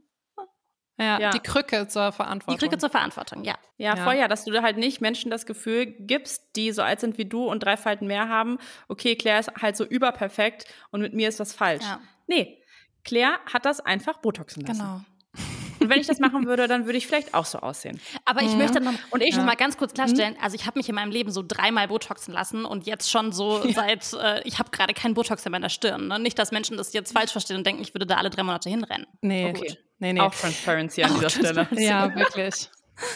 [SPEAKER 2] Ja,
[SPEAKER 1] Ja.
[SPEAKER 2] die Krücke zur
[SPEAKER 3] Die
[SPEAKER 2] Verantwortung.
[SPEAKER 3] Krücke zur Verantwortung, ja.
[SPEAKER 1] Ja,
[SPEAKER 2] Ja.
[SPEAKER 1] voll ja, dass du halt nicht Menschen das Gefühl gibst, die so alt sind wie du und drei Falten mehr haben, okay, Claire ist halt so überperfekt und mit mir ist was falsch.
[SPEAKER 3] Ja.
[SPEAKER 1] Nee, Claire hat das einfach botoxen lassen.
[SPEAKER 3] Genau.
[SPEAKER 1] Und wenn ich das machen würde, dann würde ich vielleicht auch so aussehen.
[SPEAKER 3] Aber ich
[SPEAKER 2] Mhm.
[SPEAKER 3] möchte noch, und ich
[SPEAKER 1] Ja.
[SPEAKER 3] noch mal ganz kurz klarstellen, also ich habe mich in meinem Leben so dreimal Botoxen lassen und jetzt schon so seit, äh, ich habe gerade keinen Botox in meiner Stirn. Ne? Nicht, dass Menschen das jetzt falsch verstehen und denken, ich würde da alle drei Monate hinrennen.
[SPEAKER 2] Nee,
[SPEAKER 1] Okay.
[SPEAKER 2] nee, nee.
[SPEAKER 1] Auch Transparency an dieser Stelle.
[SPEAKER 2] Ja, wirklich.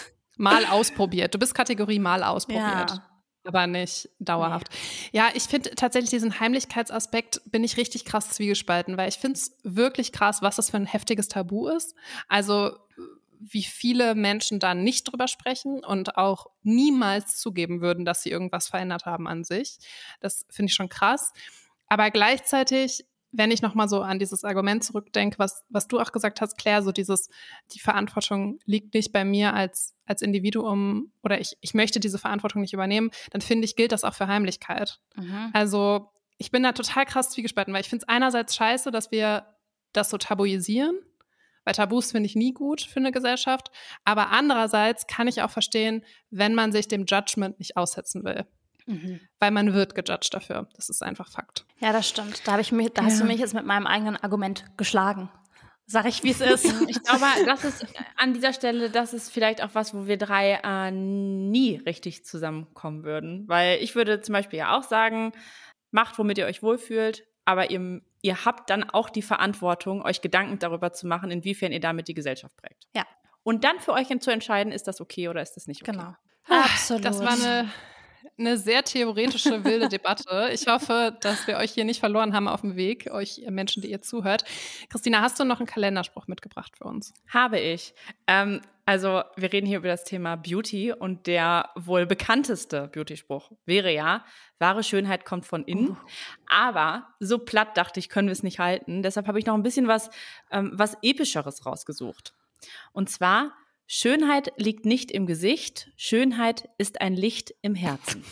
[SPEAKER 2] Mal ausprobiert. Du bist Kategorie mal ausprobiert.
[SPEAKER 3] Ja.
[SPEAKER 2] Aber nicht dauerhaft. Ja, ich finde tatsächlich diesen Heimlichkeitsaspekt bin ich richtig krass zwiegespalten, weil ich finde es wirklich krass, was das für ein heftiges Tabu ist. Also wie viele Menschen da nicht drüber sprechen und auch niemals zugeben würden, dass sie irgendwas verändert haben an sich. Das finde ich schon krass. Aber gleichzeitig, wenn ich nochmal so an dieses Argument zurückdenke, was, was du auch gesagt hast, Claire, so dieses, die Verantwortung liegt nicht bei mir als, als Individuum oder ich, ich möchte diese Verantwortung nicht übernehmen, dann finde ich, gilt das auch für Heimlichkeit.
[SPEAKER 3] Mhm.
[SPEAKER 2] Also ich bin da total krass zwiegespalten, weil ich finde es einerseits scheiße, dass wir das so tabuisieren, weil Tabus finde ich nie gut für eine Gesellschaft, aber andererseits kann ich auch verstehen, wenn man sich dem Judgment nicht aussetzen will.
[SPEAKER 3] Mhm.
[SPEAKER 2] Weil man wird gejudged dafür. Das ist einfach Fakt.
[SPEAKER 3] Ja, das stimmt. Da, hab ich mich, da hast
[SPEAKER 1] Ja.
[SPEAKER 3] du mich jetzt mit meinem eigenen Argument geschlagen. Sag ich, wie es ist.
[SPEAKER 1] Ich glaube, das ist an dieser Stelle, das ist vielleicht auch was, wo wir drei äh, nie richtig zusammenkommen würden. Weil ich würde zum Beispiel ja auch sagen, macht, womit ihr euch wohlfühlt, aber ihr, ihr habt dann auch die Verantwortung, euch Gedanken darüber zu machen, inwiefern ihr damit die Gesellschaft prägt.
[SPEAKER 3] Ja.
[SPEAKER 1] Und dann für euch zu entscheiden, ist das okay oder ist das nicht okay.
[SPEAKER 3] Genau. Absolut.
[SPEAKER 2] Das war eine, eine sehr theoretische, wilde Debatte. Ich hoffe, dass wir euch hier nicht verloren haben auf dem Weg, euch Menschen, die ihr zuhört. Christina, hast du noch einen Kalenderspruch mitgebracht für uns?
[SPEAKER 1] Habe ich. Ähm, also wir reden hier über das Thema Beauty und der wohl bekannteste Beauty-Spruch wäre ja, wahre Schönheit kommt von innen. Aber so platt dachte ich, können wir es nicht halten. Deshalb habe ich noch ein bisschen was, ähm, was Epischeres rausgesucht. Und zwar, Schönheit liegt nicht im Gesicht, Schönheit ist ein Licht im Herzen.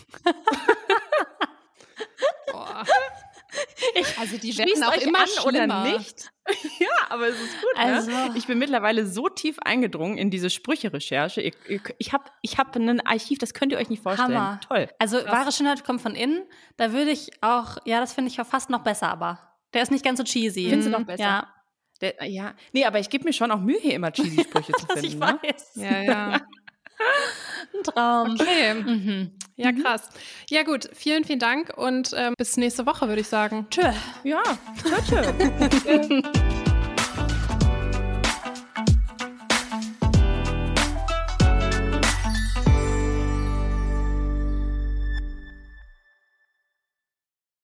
[SPEAKER 2] Boah. Also die
[SPEAKER 1] Schließt
[SPEAKER 2] werden auch
[SPEAKER 1] euch
[SPEAKER 2] immer
[SPEAKER 1] an
[SPEAKER 2] schlimmer.
[SPEAKER 1] oder nicht? Ja, aber es ist gut,
[SPEAKER 3] Also-
[SPEAKER 1] ne? Ich bin mittlerweile so tief eingedrungen in diese Sprüche-Recherche. Ich, ich, ich habe ich hab ein Archiv, das könnt ihr euch nicht vorstellen.
[SPEAKER 3] Hammer.
[SPEAKER 1] Toll.
[SPEAKER 3] Also
[SPEAKER 1] Krass.
[SPEAKER 3] wahre Schönheit kommt von innen. Da würde ich auch, ja, das finde ich auch fast noch besser, aber der ist nicht ganz so cheesy.
[SPEAKER 1] Findest du noch besser?
[SPEAKER 3] Ja,
[SPEAKER 1] Der, ja, nee, aber ich gebe mir schon auch Mühe, hier immer cheesy Sprüche zu
[SPEAKER 3] was
[SPEAKER 1] finden.
[SPEAKER 3] ich
[SPEAKER 1] Ne?
[SPEAKER 3] weiß.
[SPEAKER 2] Ja, ja.
[SPEAKER 3] Ein Traum.
[SPEAKER 2] Okay.
[SPEAKER 3] Mhm.
[SPEAKER 2] Ja, krass. Ja, gut. Vielen, vielen Dank und ähm, bis nächste Woche, würde ich sagen.
[SPEAKER 3] Tschö.
[SPEAKER 1] Ja, tschö, tschö.